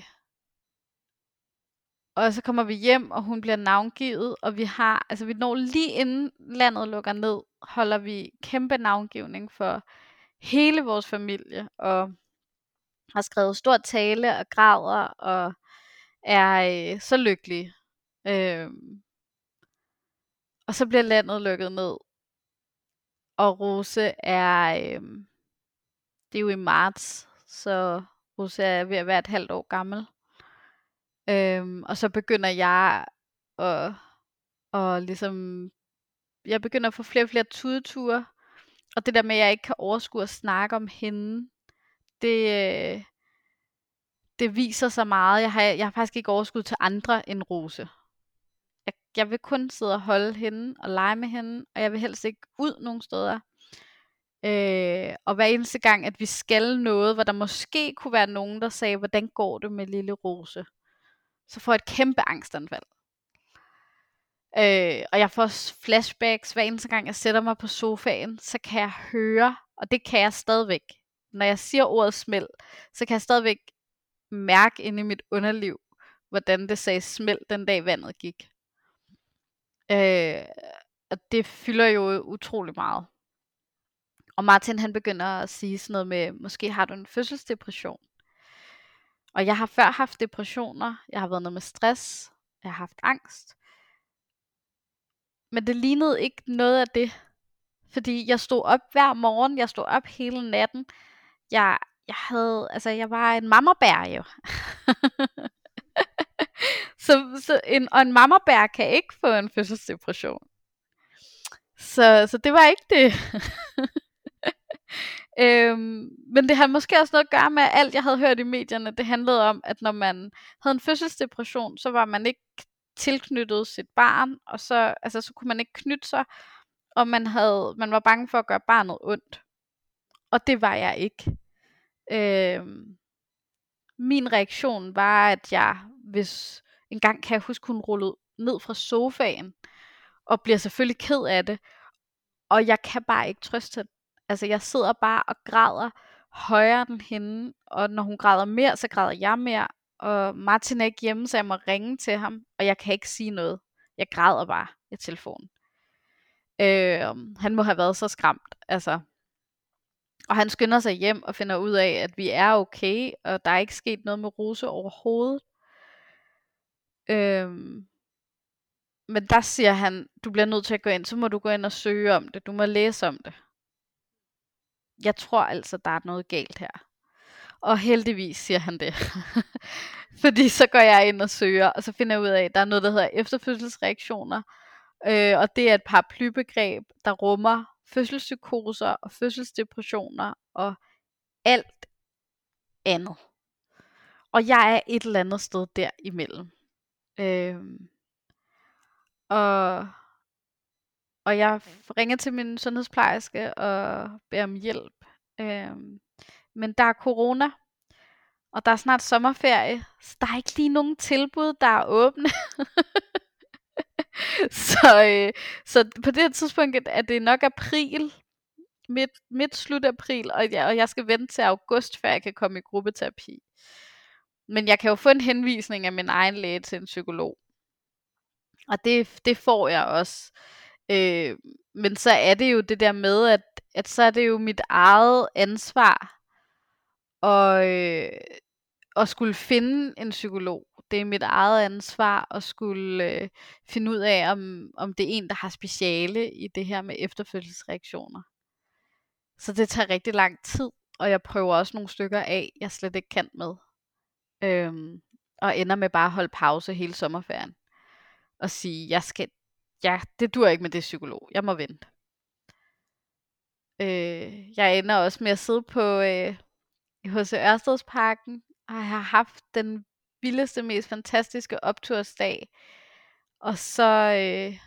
[SPEAKER 2] og så kommer vi hjem, og hun bliver navngivet, og vi har, altså vi når lige inden landet lukker ned, holder vi kæmpe navngivning for hele vores familie, og har skrevet stor tale og græder, og er øh, så lykkelige. Øh, og så bliver landet lukket ned, og Rose er, øh, det er jo i marts, så Rose er ved at være et halvt år gammel. Øhm, og så begynder jeg at, og ligesom, jeg begynder at få flere og flere tudeture, og det der med, at jeg ikke kan overskue at snakke om hende, det, øh, det viser sig meget. Jeg har, jeg har faktisk ikke overskud til andre end Rose. Jeg, jeg vil kun sidde og holde hende og lege med hende, og jeg vil helst ikke ud nogen steder. Øh, og hver eneste gang, at vi skal noget, hvor der måske kunne være nogen, der sagde, hvordan går det med lille Rose? Så får jeg et kæmpe angstanfald. Øh, og jeg får flashbacks hver eneste gang, jeg sætter mig på sofaen, så kan jeg høre, og det kan jeg stadigvæk. Når jeg siger ordet smæld, så kan jeg stadigvæk mærke inde i mit underliv, hvordan det sagde smæld den dag vandet gik. Øh, og det fylder jo utrolig meget. Og Martin han begynder at sige sådan noget med, måske har du en fødselsdepression. Og jeg har før haft depressioner, jeg har været noget med stress, jeg har haft angst. Men det lignede ikke noget af det. Fordi jeg stod op hver morgen, jeg stod op hele natten. Jeg, jeg havde, altså jeg var en mammabær jo. så, så en, og en mammabær kan ikke få en fødselsdepression. Så, så det var ikke det. øhm, men det har måske også noget at gøre med, at alt jeg havde hørt i medierne, det handlede om, at når man havde en fødselsdepression, så var man ikke tilknyttet sit barn, og så, altså, så kunne man ikke knytte sig, og man, havde, man var bange for at gøre barnet ondt. Og det var jeg ikke. Øhm, min reaktion var, at jeg, hvis en gang kan jeg huske, hun rullede ned fra sofaen, og bliver selvfølgelig ked af det, og jeg kan bare ikke trøste hende. Altså jeg sidder bare og græder højere end hende, og når hun græder mere, så græder jeg mere, og Martin er ikke hjemme, så jeg må ringe til ham, og jeg kan ikke sige noget. Jeg græder bare i telefonen. Øh, han må have været så skræmt, altså. Og han skynder sig hjem og finder ud af, at vi er okay, og der er ikke sket noget med Rose overhovedet. Øhm, men der siger han, du bliver nødt til at gå ind, så må du gå ind og søge om det, du må læse om det. Jeg tror altså, der er noget galt her. Og heldigvis siger han det. Fordi så går jeg ind og søger, og så finder jeg ud af, at der er noget, der hedder efterfødselsreaktioner. Øh, og det er et paraplybegreb, der rummer fødselspsykoser og fødselsdepressioner og alt andet. Og jeg er et eller andet sted derimellem. Øhm, og, og jeg ringer til min sundhedsplejerske og beder om hjælp. Øhm, men der er corona, og der er snart sommerferie, så der er ikke lige nogen tilbud, der er åbne. så, øh, så på det her tidspunkt er det nok april, midt, midt slut april, og jeg, og jeg skal vente til august, før jeg kan komme i gruppeterapi. Men jeg kan jo få en henvisning af min egen læge til en psykolog. Og det, det får jeg også. Øh, men så er det jo det der med, at, at så er det jo mit eget ansvar at, øh, at skulle finde en psykolog. Det er mit eget ansvar at skulle øh, finde ud af, om, om det er en, der har speciale i det her med efterfødselsreaktioner. Så det tager rigtig lang tid, og jeg prøver også nogle stykker af, jeg slet ikke kan med. Øhm, og ender med bare at holde pause hele sommerferien. Og sige, jeg skal, ja, det dur ikke med det psykolog, jeg må vente. Øh, jeg ender også med at sidde på øh, i H C Ørstedsparken, og jeg har haft den vildeste, mest fantastiske optursdag. Og så øh,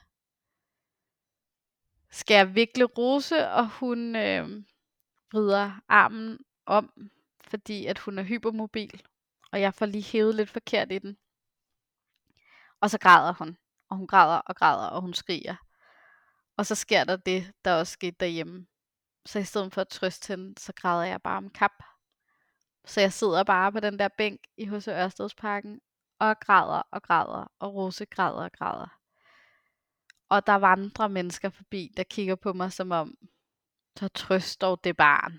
[SPEAKER 2] skal jeg vikle Rose, og hun øh, vrider armen om, fordi at hun er hypermobil, og jeg får lige hævet lidt forkert i den. Og så græder hun, og hun græder og græder, og hun skriger. Og så sker der det, der også skete derhjemme. Så i stedet for at trøste hende, så græder jeg bare om kap. Så jeg sidder bare på den der bænk i H C Ørstedsparken, og græder og græder, og Rose græder og græder. Og der vandrer mennesker forbi, der kigger på mig som om, så trøst dog det barn.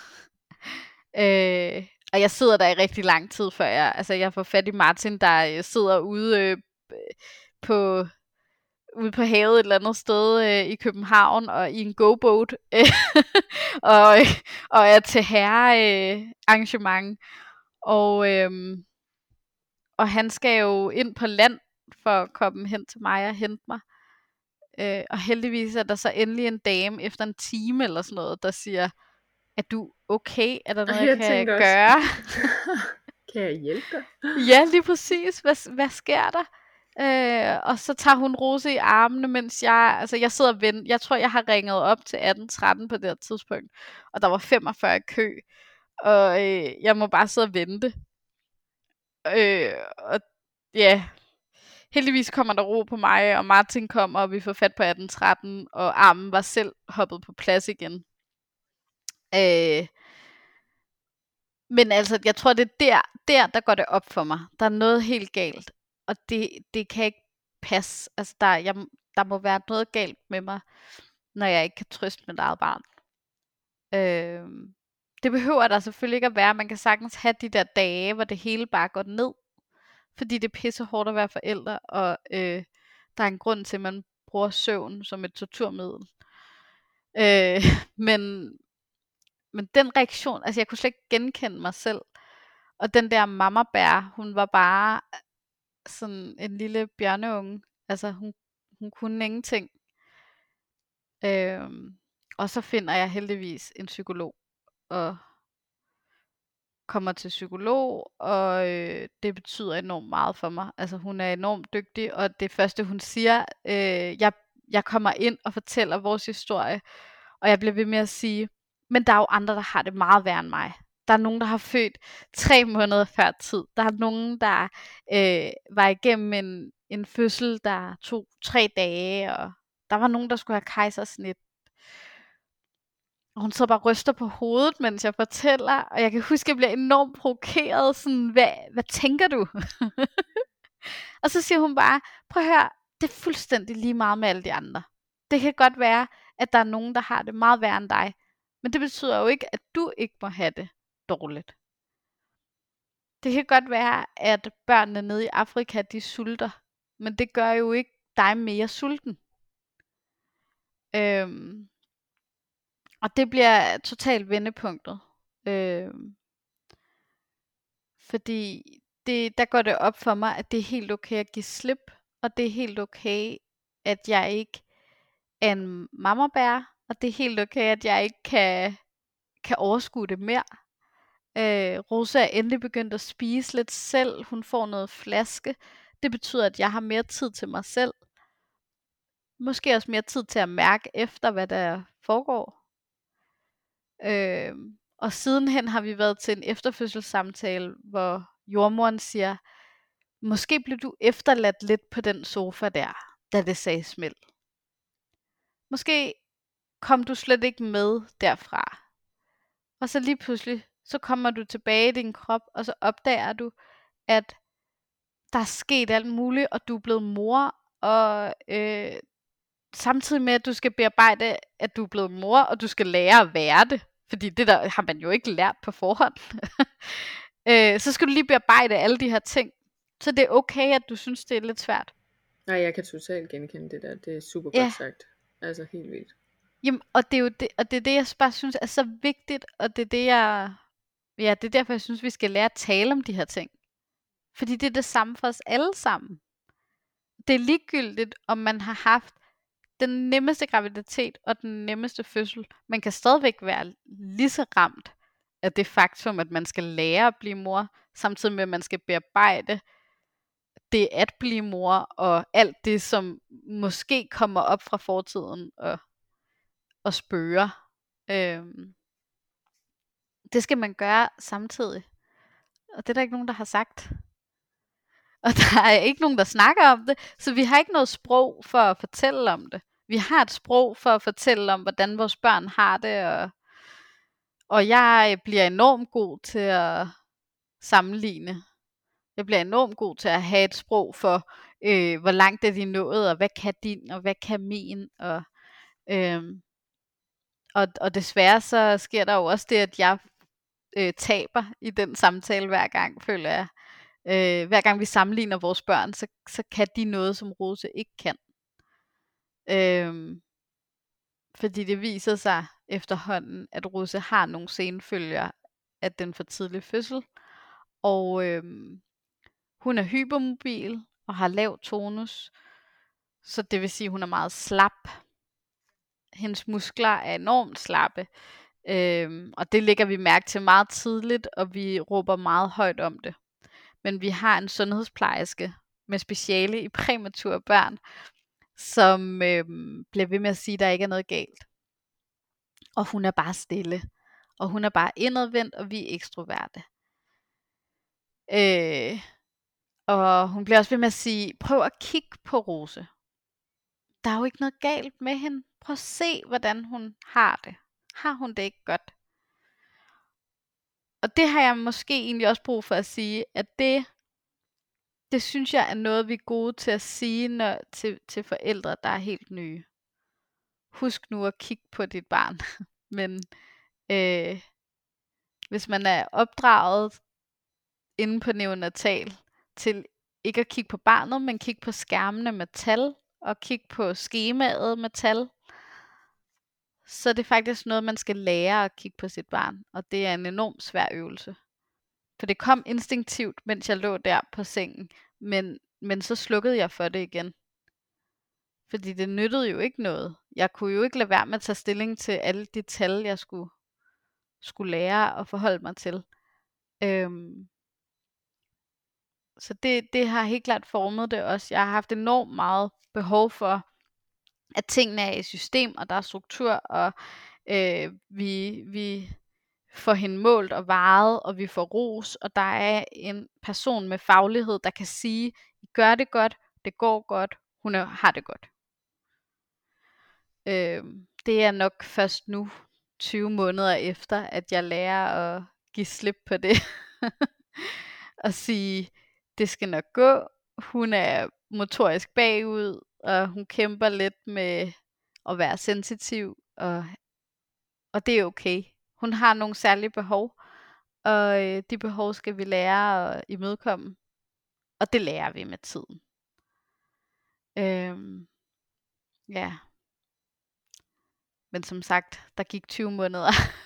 [SPEAKER 2] øh, og jeg sidder der i rigtig lang tid, før jeg, altså jeg får fat i Martin, der sidder ude øh, på... ude på havet et eller andet sted øh, i København, og i en go-boat, øh, og, og er til herre øh, arrangement. Og, øh, og han skal jo ind på land, for at komme hen til mig og hente mig. Øh, og heldigvis er der så endelig en dame, efter en time eller sådan noget, der siger, er du okay? Er der noget, jeg, jeg kan gøre?
[SPEAKER 1] Kan jeg hjælpe dig?
[SPEAKER 2] Ja, lige præcis. Hvad, hvad sker der? Øh, og så tager hun Rose i armene, mens jeg, altså jeg sidder og venter. Jeg tror, jeg har ringet op til atten tretten på det her tidspunkt, og der var femogfyrre i kø, og øh, jeg må bare sidde og vente. Øh, og ja, heldigvis kommer der ro på mig, og Martin kommer, og vi får fat på atten tretten, og armen var selv hoppet på plads igen. Øh, men altså, jeg tror, det er der, der, der går det op for mig. Der er noget helt galt. Og det, det kan ikke passe. Altså, der, jeg, der må være noget galt med mig, når jeg ikke kan trøste mit eget barn. Øh, det behøver der selvfølgelig ikke at være. Man kan sagtens have de der dage, hvor det hele bare går ned, fordi det er pisse hårdt at være forældre, og øh, der er en grund til, at man bruger søvn som et torturmiddel. Øh, men, men den reaktion, altså jeg kunne slet ikke genkende mig selv. Og den der mamma bær, hun var bare sådan en lille bjørneunge. Altså hun, hun kunne ingenting. Øhm, og så finder jeg heldigvis en psykolog, og kommer til psykolog, og øh, det betyder enormt meget for mig. Altså hun er enormt dygtig, og det første hun siger, øh, jeg, jeg kommer ind og fortæller vores historie, og jeg bliver ved med at sige, men der er jo andre, der har det meget værre end mig. Der er nogen, der har født tre måneder før tid. Der er nogen, der øh, var igennem en, en fødsel, der tog tre dage, og der var nogen, der skulle have kejsersnit. Og hun sidder bare og ryster på hovedet, mens jeg fortæller, og jeg kan huske, at jeg bliver enormt provokeret, sådan, hvad, hvad tænker du? Og så siger hun bare, prøv at høre, det er fuldstændig lige meget med alle de andre. Det kan godt være, at der er nogen, der har det meget værre end dig, men det betyder jo ikke, at du ikke må have det dårligt. Det kan godt være, at børnene nede i Afrika, de sulter, men det gør jo ikke dig mere sulten. Øhm, og det bliver totalt vendepunktet. Øhm, fordi det, der går det op for mig, at det er helt okay at give slip, og det er helt okay, at jeg ikke er en mammabær, og det er helt okay, at jeg ikke kan, kan overskue det mere. Øh, Rosa er endelig begyndt at spise lidt selv. Hun får noget flaske. Det betyder, at jeg har mere tid til mig selv. Måske også mere tid til at mærke efter, hvad der foregår. Øh, og sidenhen har vi været til en efterfødselssamtale, hvor jordmoren siger, måske blev du efterladt lidt på den sofa der, da det sagde smæld. Måske kom du slet ikke med derfra. Og så lige pludselig, så kommer du tilbage i din krop, og så opdager du, at der er sket alt muligt, og du er blevet mor, og øh, samtidig med, at du skal bearbejde, at du er blevet mor, og du skal lære at være det, fordi det der har man jo ikke lært på forhånd. øh, så skal du lige bearbejde alle de her ting. Så det er okay, at du synes, det er lidt svært.
[SPEAKER 1] Nej, jeg kan totalt genkende det der. Det er super
[SPEAKER 2] Ja.
[SPEAKER 1] godt sagt. Altså helt vildt.
[SPEAKER 2] Jamen, og det er jo det, og det er det, jeg bare synes er så vigtigt, og det er det, jeg, ja, det er derfor, jeg synes, vi skal lære at tale om de her ting. Fordi det er det samme for os alle sammen. Det er ligegyldigt, om man har haft den nemmeste graviditet og den nemmeste fødsel. Man kan stadigvæk være lige så ramt af det faktum, at man skal lære at blive mor, samtidig med, at man skal bearbejde det at blive mor, og alt det, som måske kommer op fra fortiden og, og spørger. Øhm, det skal man gøre samtidig. Og det er der ikke nogen, der har sagt. Og der er ikke nogen, der snakker om det, så vi har ikke noget sprog for at fortælle om det. Vi har et sprog for at fortælle om, hvordan vores børn har det, og, og jeg bliver enormt god til at sammenligne. Jeg bliver enormt god til at have et sprog for, øh, hvor langt er de nået, og hvad kan din, og hvad kan min, og, øh, og, og desværre så sker der jo også det, at jeg øh, taber i den samtale hver gang, føler jeg. Øh, hver gang vi sammenligner vores børn, så, så kan de noget, som Rose ikke kan. Øh, fordi det viser sig efterhånden, at Rose har nogle senfølger af den for tidlige fødsel, og øh, hun er hypermobil og har lav tonus, så det vil sige, at hun er meget slap. Hendes muskler er enormt slappe, øhm, og det lægger vi mærke til meget tidligt, og vi råber meget højt om det. Men vi har en sundhedsplejerske med speciale i præmature børn, som øhm, bliver ved med at sige, at der ikke er noget galt. Og hun er bare stille, og hun er bare indadvendt, og vi er ekstroverte. Øh, og hun bliver også ved med at sige, prøv at kigge på Rose. Der er jo ikke noget galt med hende. Prøv at se, hvordan hun har det. Har hun det ikke godt? Og det har jeg måske egentlig også brug for at sige, at det, det synes jeg er noget, vi er gode til at sige når, til, til forældre, der er helt nye. Husk nu at kigge på dit barn. Men øh, hvis man er opdraget inde på neonatal til ikke at kigge på barnet, men kigge på skærmene med tal, og kigge på skemaet med tal, så er det faktisk noget, man skal lære at kigge på sit barn. Og det er en enormt svær øvelse. For det kom instinktivt, mens jeg lå der på sengen. Men, men så slukkede jeg for det igen. Fordi det nyttede jo ikke noget. Jeg kunne jo ikke lade være med at tage stilling til alle de tal, jeg skulle, skulle lære og forholde mig til. Øhm, så det, det har helt klart formet det også. Jeg har haft enormt meget behov for, at tingene er i system, og der er struktur, og øh, vi, vi får hende målt og vejet, og vi får ros, og der er en person med faglighed, der kan sige, I gør det godt, det går godt, hun er, har det godt. Øh, det er nok først nu, tyve måneder efter, at jeg lærer at give slip på det. Og sige, det skal nok gå. Hun er motorisk bagud, og hun kæmper lidt med at være sensitiv, og, og det er okay. Hun har nogle særlige behov, og øh, de behov skal vi lære at imødekomme. Og det lærer vi med tiden. Øhm, ja. Men som sagt, der gik tyve måneder.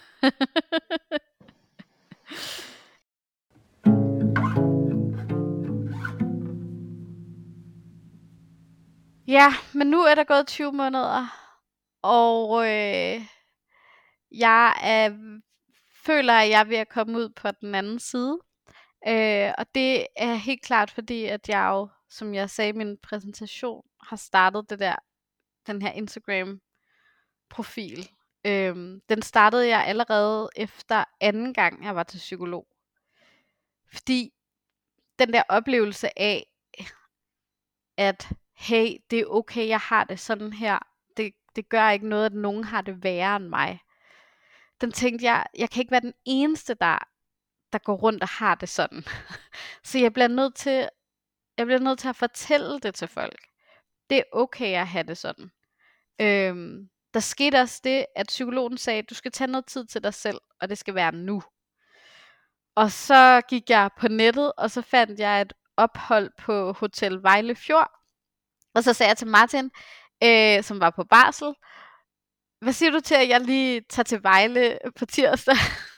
[SPEAKER 2] Ja, men nu er der gået tyve måneder, og øh, jeg er, føler, at jeg er ved at komme ud på den anden side. Øh, og det er helt klart, fordi at jeg jo, som jeg sagde i min præsentation, har startet det der, den her Instagram-profil. Øhm, den startede jeg allerede efter anden gang, jeg var til psykolog. Fordi den der oplevelse af, at hey, det er okay, jeg har det sådan her. Det, det gør ikke noget, at nogen har det værre end mig. Den tænkte jeg, jeg kan ikke være den eneste, der, der går rundt og har det sådan. Så jeg bliver nødt til, jeg bliver nødt til at fortælle det til folk. Det er okay at have det sådan. Øhm, der skete også det, at psykologen sagde, du skal tage noget tid til dig selv, og det skal være nu. Og så gik jeg på nettet, og så fandt jeg et ophold på Hotel Vejle Fjord. Og så sagde jeg til Martin, øh, som var på barsel, hvad siger du til, at jeg lige tager til Vejle på tirsdag?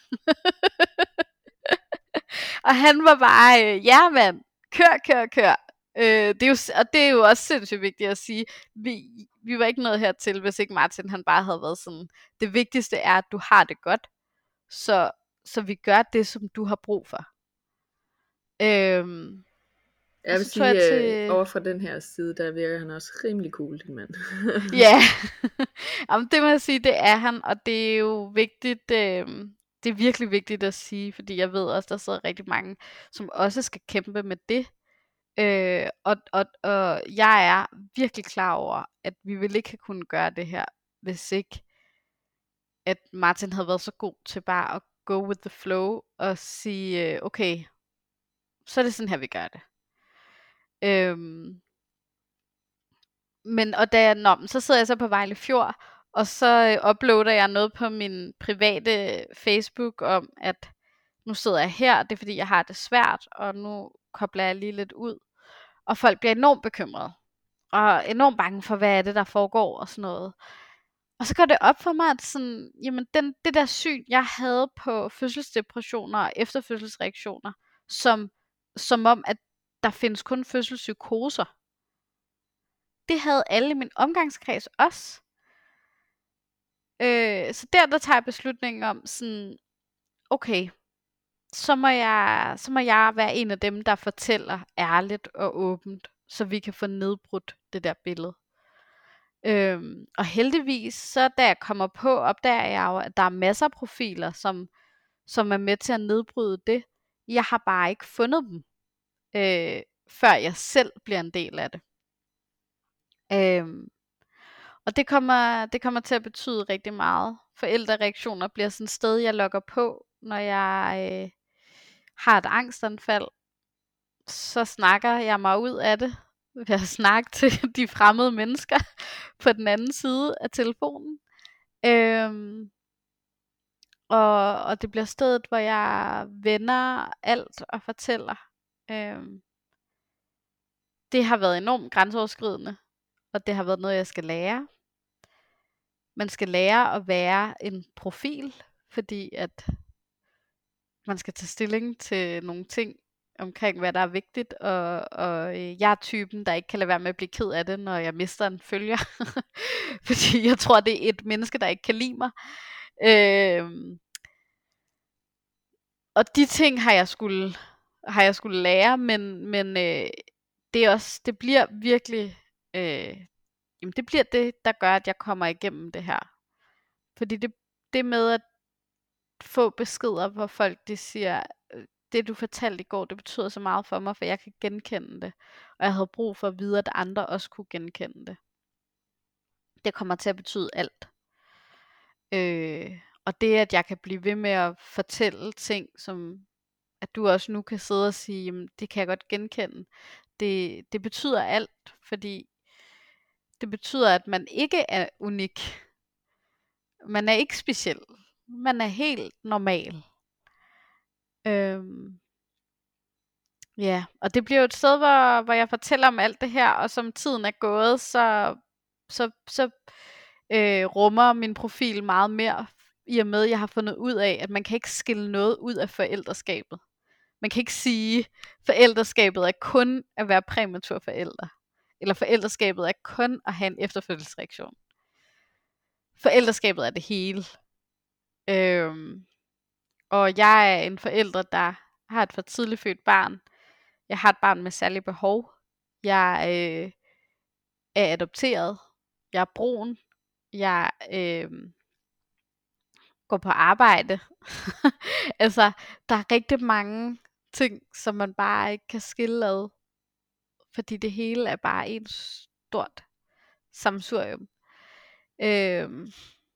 [SPEAKER 2] Og han var bare, øh, ja mand, kør, kør, kør. Øh, det er jo, og det er jo også sindssygt vigtigt at sige, vi, vi var ikke nået hertil, hvis ikke Martin han bare havde været sådan, det vigtigste er, at du har det godt, så, så vi gør det, som du har brug for. Øhm,
[SPEAKER 1] Jeg vil
[SPEAKER 2] så
[SPEAKER 1] sige,
[SPEAKER 2] jeg
[SPEAKER 1] til...
[SPEAKER 2] til...
[SPEAKER 1] over fra den her side, der virker han også rimelig cool, din mand.
[SPEAKER 2] Ja, jamen, det må jeg sige, det er han, og det er jo vigtigt, øh, det er virkelig vigtigt at sige, fordi jeg ved også, der sidder rigtig mange, som også skal kæmpe med det. Øh, og, og, og jeg er virkelig klar over, at vi ville ikke have kunnet gøre det her, hvis ikke, at Martin havde været så god til bare at go with the flow, og sige, øh, okay, så er det sådan her, vi gør det. Øhm, men, og da jeg, nå, så sidder jeg så på Vejle Fjord, og så øh, uploader jeg noget på min private Facebook, om at nu sidder jeg her, det er fordi, jeg har det svært, og nu kobler jeg lige lidt ud. Og folk bliver enormt bekymrede, og enormt bange for, hvad er det, der foregår, og sådan noget. Og så går det op for mig, at sådan, jamen den, det der syn, jeg havde på fødselsdepressioner og efterfødselsreaktioner, som, som om, at der findes kun fødselspsykoser. Det havde alle i min omgangskreds også. Øh, så der, der tager jeg beslutningen om sådan, okay, så må, jeg, så må jeg være en af dem, der fortæller ærligt og åbent, så vi kan få nedbrudt det der billede. Øhm, og heldigvis, så da jeg kommer på, opdager jeg jo, at der er masser af profiler, som, som er med til at nedbryde det. Jeg har bare ikke fundet dem, øh, før jeg selv bliver en del af det. Øhm, og det kommer, det kommer til at betyde rigtig meget. Forældrereaktioner bliver sådan et sted, jeg logger på, når jeg øh, har et angstanfald. så snakker jeg mig ud af det ved at snakke til de fremmede mennesker på den anden side af telefonen. Øhm, og, og det bliver stedet, hvor jeg vender alt og fortæller. Øhm, det har været enormt grænseoverskridende, og det har været noget, jeg skal lære. Man skal lære at være en profil, fordi at man skal tage stilling til nogle ting omkring, hvad der er vigtigt, og, og øh, jeg er typen, der ikke kan lade være med at blive ked af det, når jeg mister en følger, fordi jeg tror, det er et menneske, der ikke kan lide mig. Øhm, og de ting har jeg skulle, har jeg skulle lære, men, men øh, det er også, det bliver virkelig, øh, jamen det bliver det, der gør, at jeg kommer igennem det her. Fordi det, det med at få beskeder, hvor folk de siger, "Øh, det du fortalte i går, det betyder så meget for mig, for jeg kan genkende det. Og jeg havde brug for at vide, at andre også kunne genkende det. Det kommer til at betyde alt. Øh, og det, at jeg kan blive ved med at fortælle ting, som at du også nu kan sidde og sige, jamen, det kan jeg godt genkende. Det, det betyder alt, fordi det betyder, at man ikke er unik. Man er ikke speciel. Man er helt normal. Øhm, ja, og det bliver jo et sted, hvor, hvor jeg fortæller om alt det her, og som tiden er gået, så, så, så øh, rummer min profil meget mere, i og med, at jeg har fundet ud af, at man kan ikke skille noget ud af forældreskabet. Man kan ikke sige, at forældreskabet er kun at være præmatur forældre, eller forældreskabet er kun at have en efterfødselsreaktion. Forældreskabet er det hele. Øhm, og jeg er en forælder, der har et for tidligt født barn. Jeg har et barn med særlige behov. Jeg øh, er adopteret. Jeg er brun. Jeg øh, går på arbejde. Altså, der er rigtig mange ting, som man bare ikke kan skille ad. Fordi det hele er bare et stort sammensurium. Øh,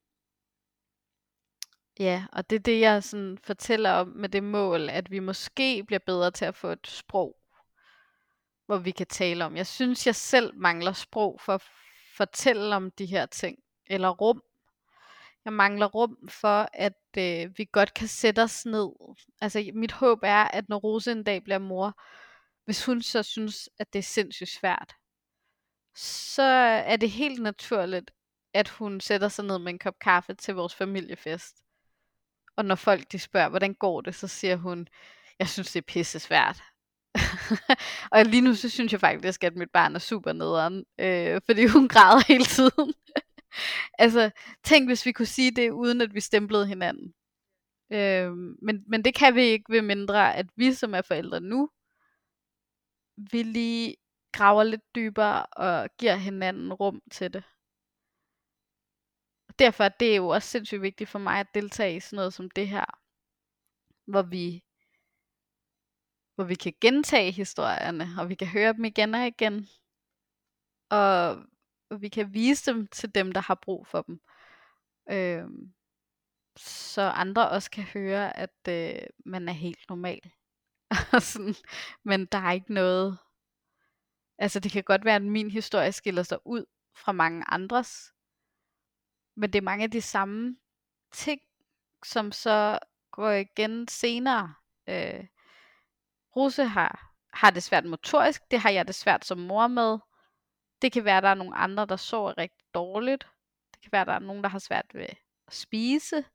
[SPEAKER 2] ja, og det er det, jeg sådan fortæller om med det mål, at vi måske bliver bedre til at få et sprog, hvor vi kan tale om. Jeg synes, jeg selv mangler sprog for at fortælle om de her ting, eller rum. Jeg mangler rum for, at øh, vi godt kan sætte os ned. Altså, mit håb er, at når Rose en dag bliver mor, hvis hun så synes, at det er sindssygt svært, så er det helt naturligt, at hun sætter sig ned med en kop kaffe til vores familiefest. Og når folk de spørger, hvordan går det, så siger hun, jeg synes, det er pisse svært. Og lige nu, så synes jeg faktisk, at mit barn er super nederen, øh, fordi hun græder hele tiden. Altså, tænk hvis vi kunne sige det, uden at vi stemplede hinanden. Øh, men, men det kan vi ikke, ved mindre, at vi som er forældre nu, vi lige graver lidt dybere og giver hinanden rum til det. Derfor er det jo også sindssygt vigtigt for mig at deltage i sådan noget som det her, hvor vi hvor vi kan gentage historierne, og vi kan høre dem igen og igen, og, og vi kan vise dem til dem, der har brug for dem, øh, så andre også kan høre, at øh, man er helt normal. Sådan, men der er ikke noget, altså det kan godt være, at min historie skiller sig ud fra mange andres, men det er mange af de samme ting, som så går igen senere. Øh, Rose har, har det svært motorisk, det har jeg det svært som mor med. Det kan være, at der er nogle andre, der sover rigtig dårligt. Det kan være, at der er nogen, der har svært ved at spise.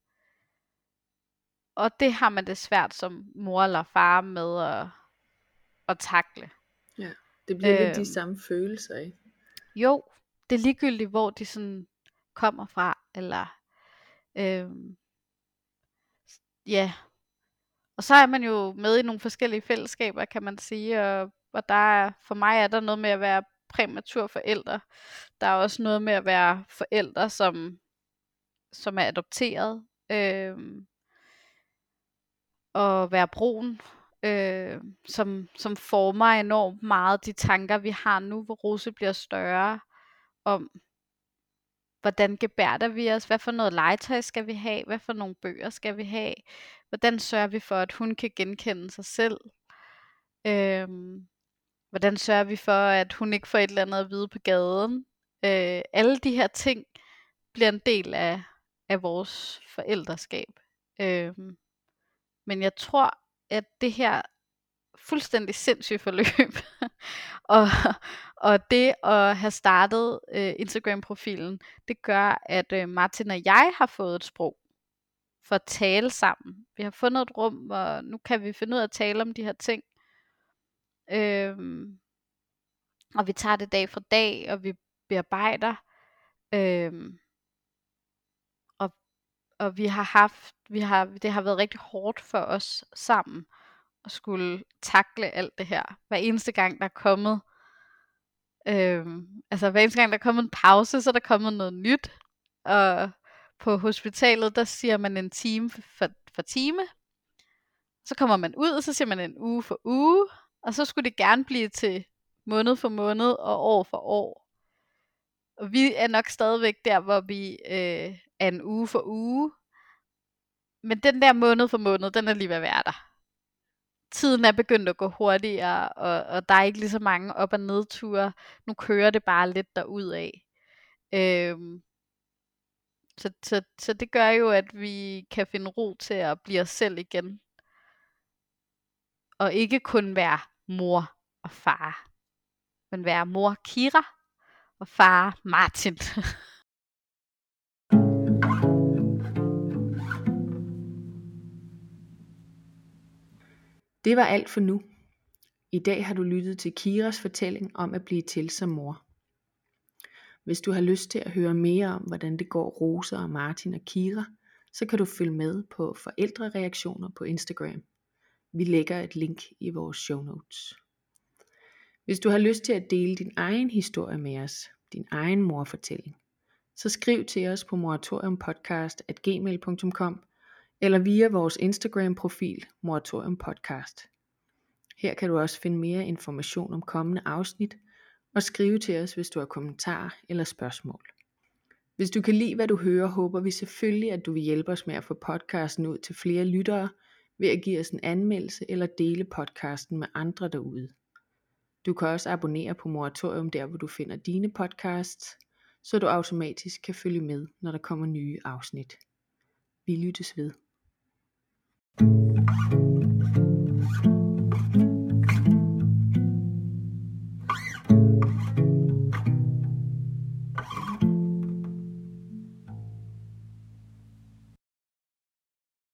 [SPEAKER 2] Og det har man det svært som mor eller far med at, at takle.
[SPEAKER 1] Ja, det bliver øhm, lidt de
[SPEAKER 2] Øhm,
[SPEAKER 1] samme følelser, ikke?
[SPEAKER 2] Jo, det er ligegyldigt, hvor de sådan kommer fra. Eller, øhm, ja. Og så er man jo med i nogle forskellige fællesskaber, kan man sige. Og, og der er, for mig er der noget med at være præmatur forældre. Der er også noget med at være forældre, som, som er adopteret. Øhm, og være brun, øh, som, som former enormt meget de tanker, vi har nu, hvor Rose bliver større, om hvordan gebærder vi os, hvad for noget legetøj skal vi have, hvad for nogle bøger skal vi have, hvordan sørger vi for, at hun kan genkende sig selv. Øhm, hvordan sørger vi for, at hun ikke får et eller andet at vide på gaden? Øh, alle de her ting bliver en del af, af vores forældreskab. Øhm, men jeg tror, at det her fuldstændig sindssyge forløb, og, og det at have startet øh, Instagram-profilen, det gør, at øh, Martin og jeg har fået et sprog for at tale sammen. Vi har fundet et rum, hvor nu kan vi finde ud af at tale om de her ting. Øhm, og vi tager det dag for dag, og vi bearbejder. Øhm, og, og vi har haft, vi har, det har været rigtig hårdt for os sammen at skulle takle alt det her. Hver eneste gang der er kommet, øhm, altså hver eneste gang der er kommet en pause, så er der kommet noget nyt. Og på hospitalet, der siger man en time for, for time. Så kommer man ud, og så siger man en uge for uge. Og så skulle det gerne blive til måned for måned og år for år. Og vi er nok stadigvæk der, hvor vi øh, er en uge for uge. Men den der måned for måned, den er lige ved at være der. Tiden er begyndt at gå hurtigere, og, og der er ikke lige så mange op- og nedture. Nu kører det bare lidt derudad. Øhm, så, så, så det gør jo, at vi kan finde ro til at blive os selv igen. Og ikke kun være mor og far, men være mor Kira og far Martin.
[SPEAKER 1] Det var alt for nu. I dag har du lyttet til Kiras fortælling om at blive til som mor. Hvis du har lyst til at høre mere om, hvordan det går Rosa og Martin og Kira, så kan du følge med på forældrereaktioner på Instagram. Vi lægger et link i vores show notes. Hvis du har lyst til at dele din egen historie med os, din egen morfortælling, så skriv til os på moratoriumpodcast at gmail punktum com eller via vores Instagram-profil moratoriumpodcast. Her kan du også finde mere information om kommende afsnit og skrive til os, hvis du har kommentarer eller spørgsmål. Hvis du kan lide, hvad du hører, håber vi selvfølgelig, at du vil hjælpe os med at få podcasten ud til flere lyttere ved at give os en anmeldelse eller dele podcasten med andre derude. Du kan også abonnere på Moratorium der, hvor du finder dine podcasts, så du automatisk kan følge med, når der kommer nye afsnit. Vi lyttes ved.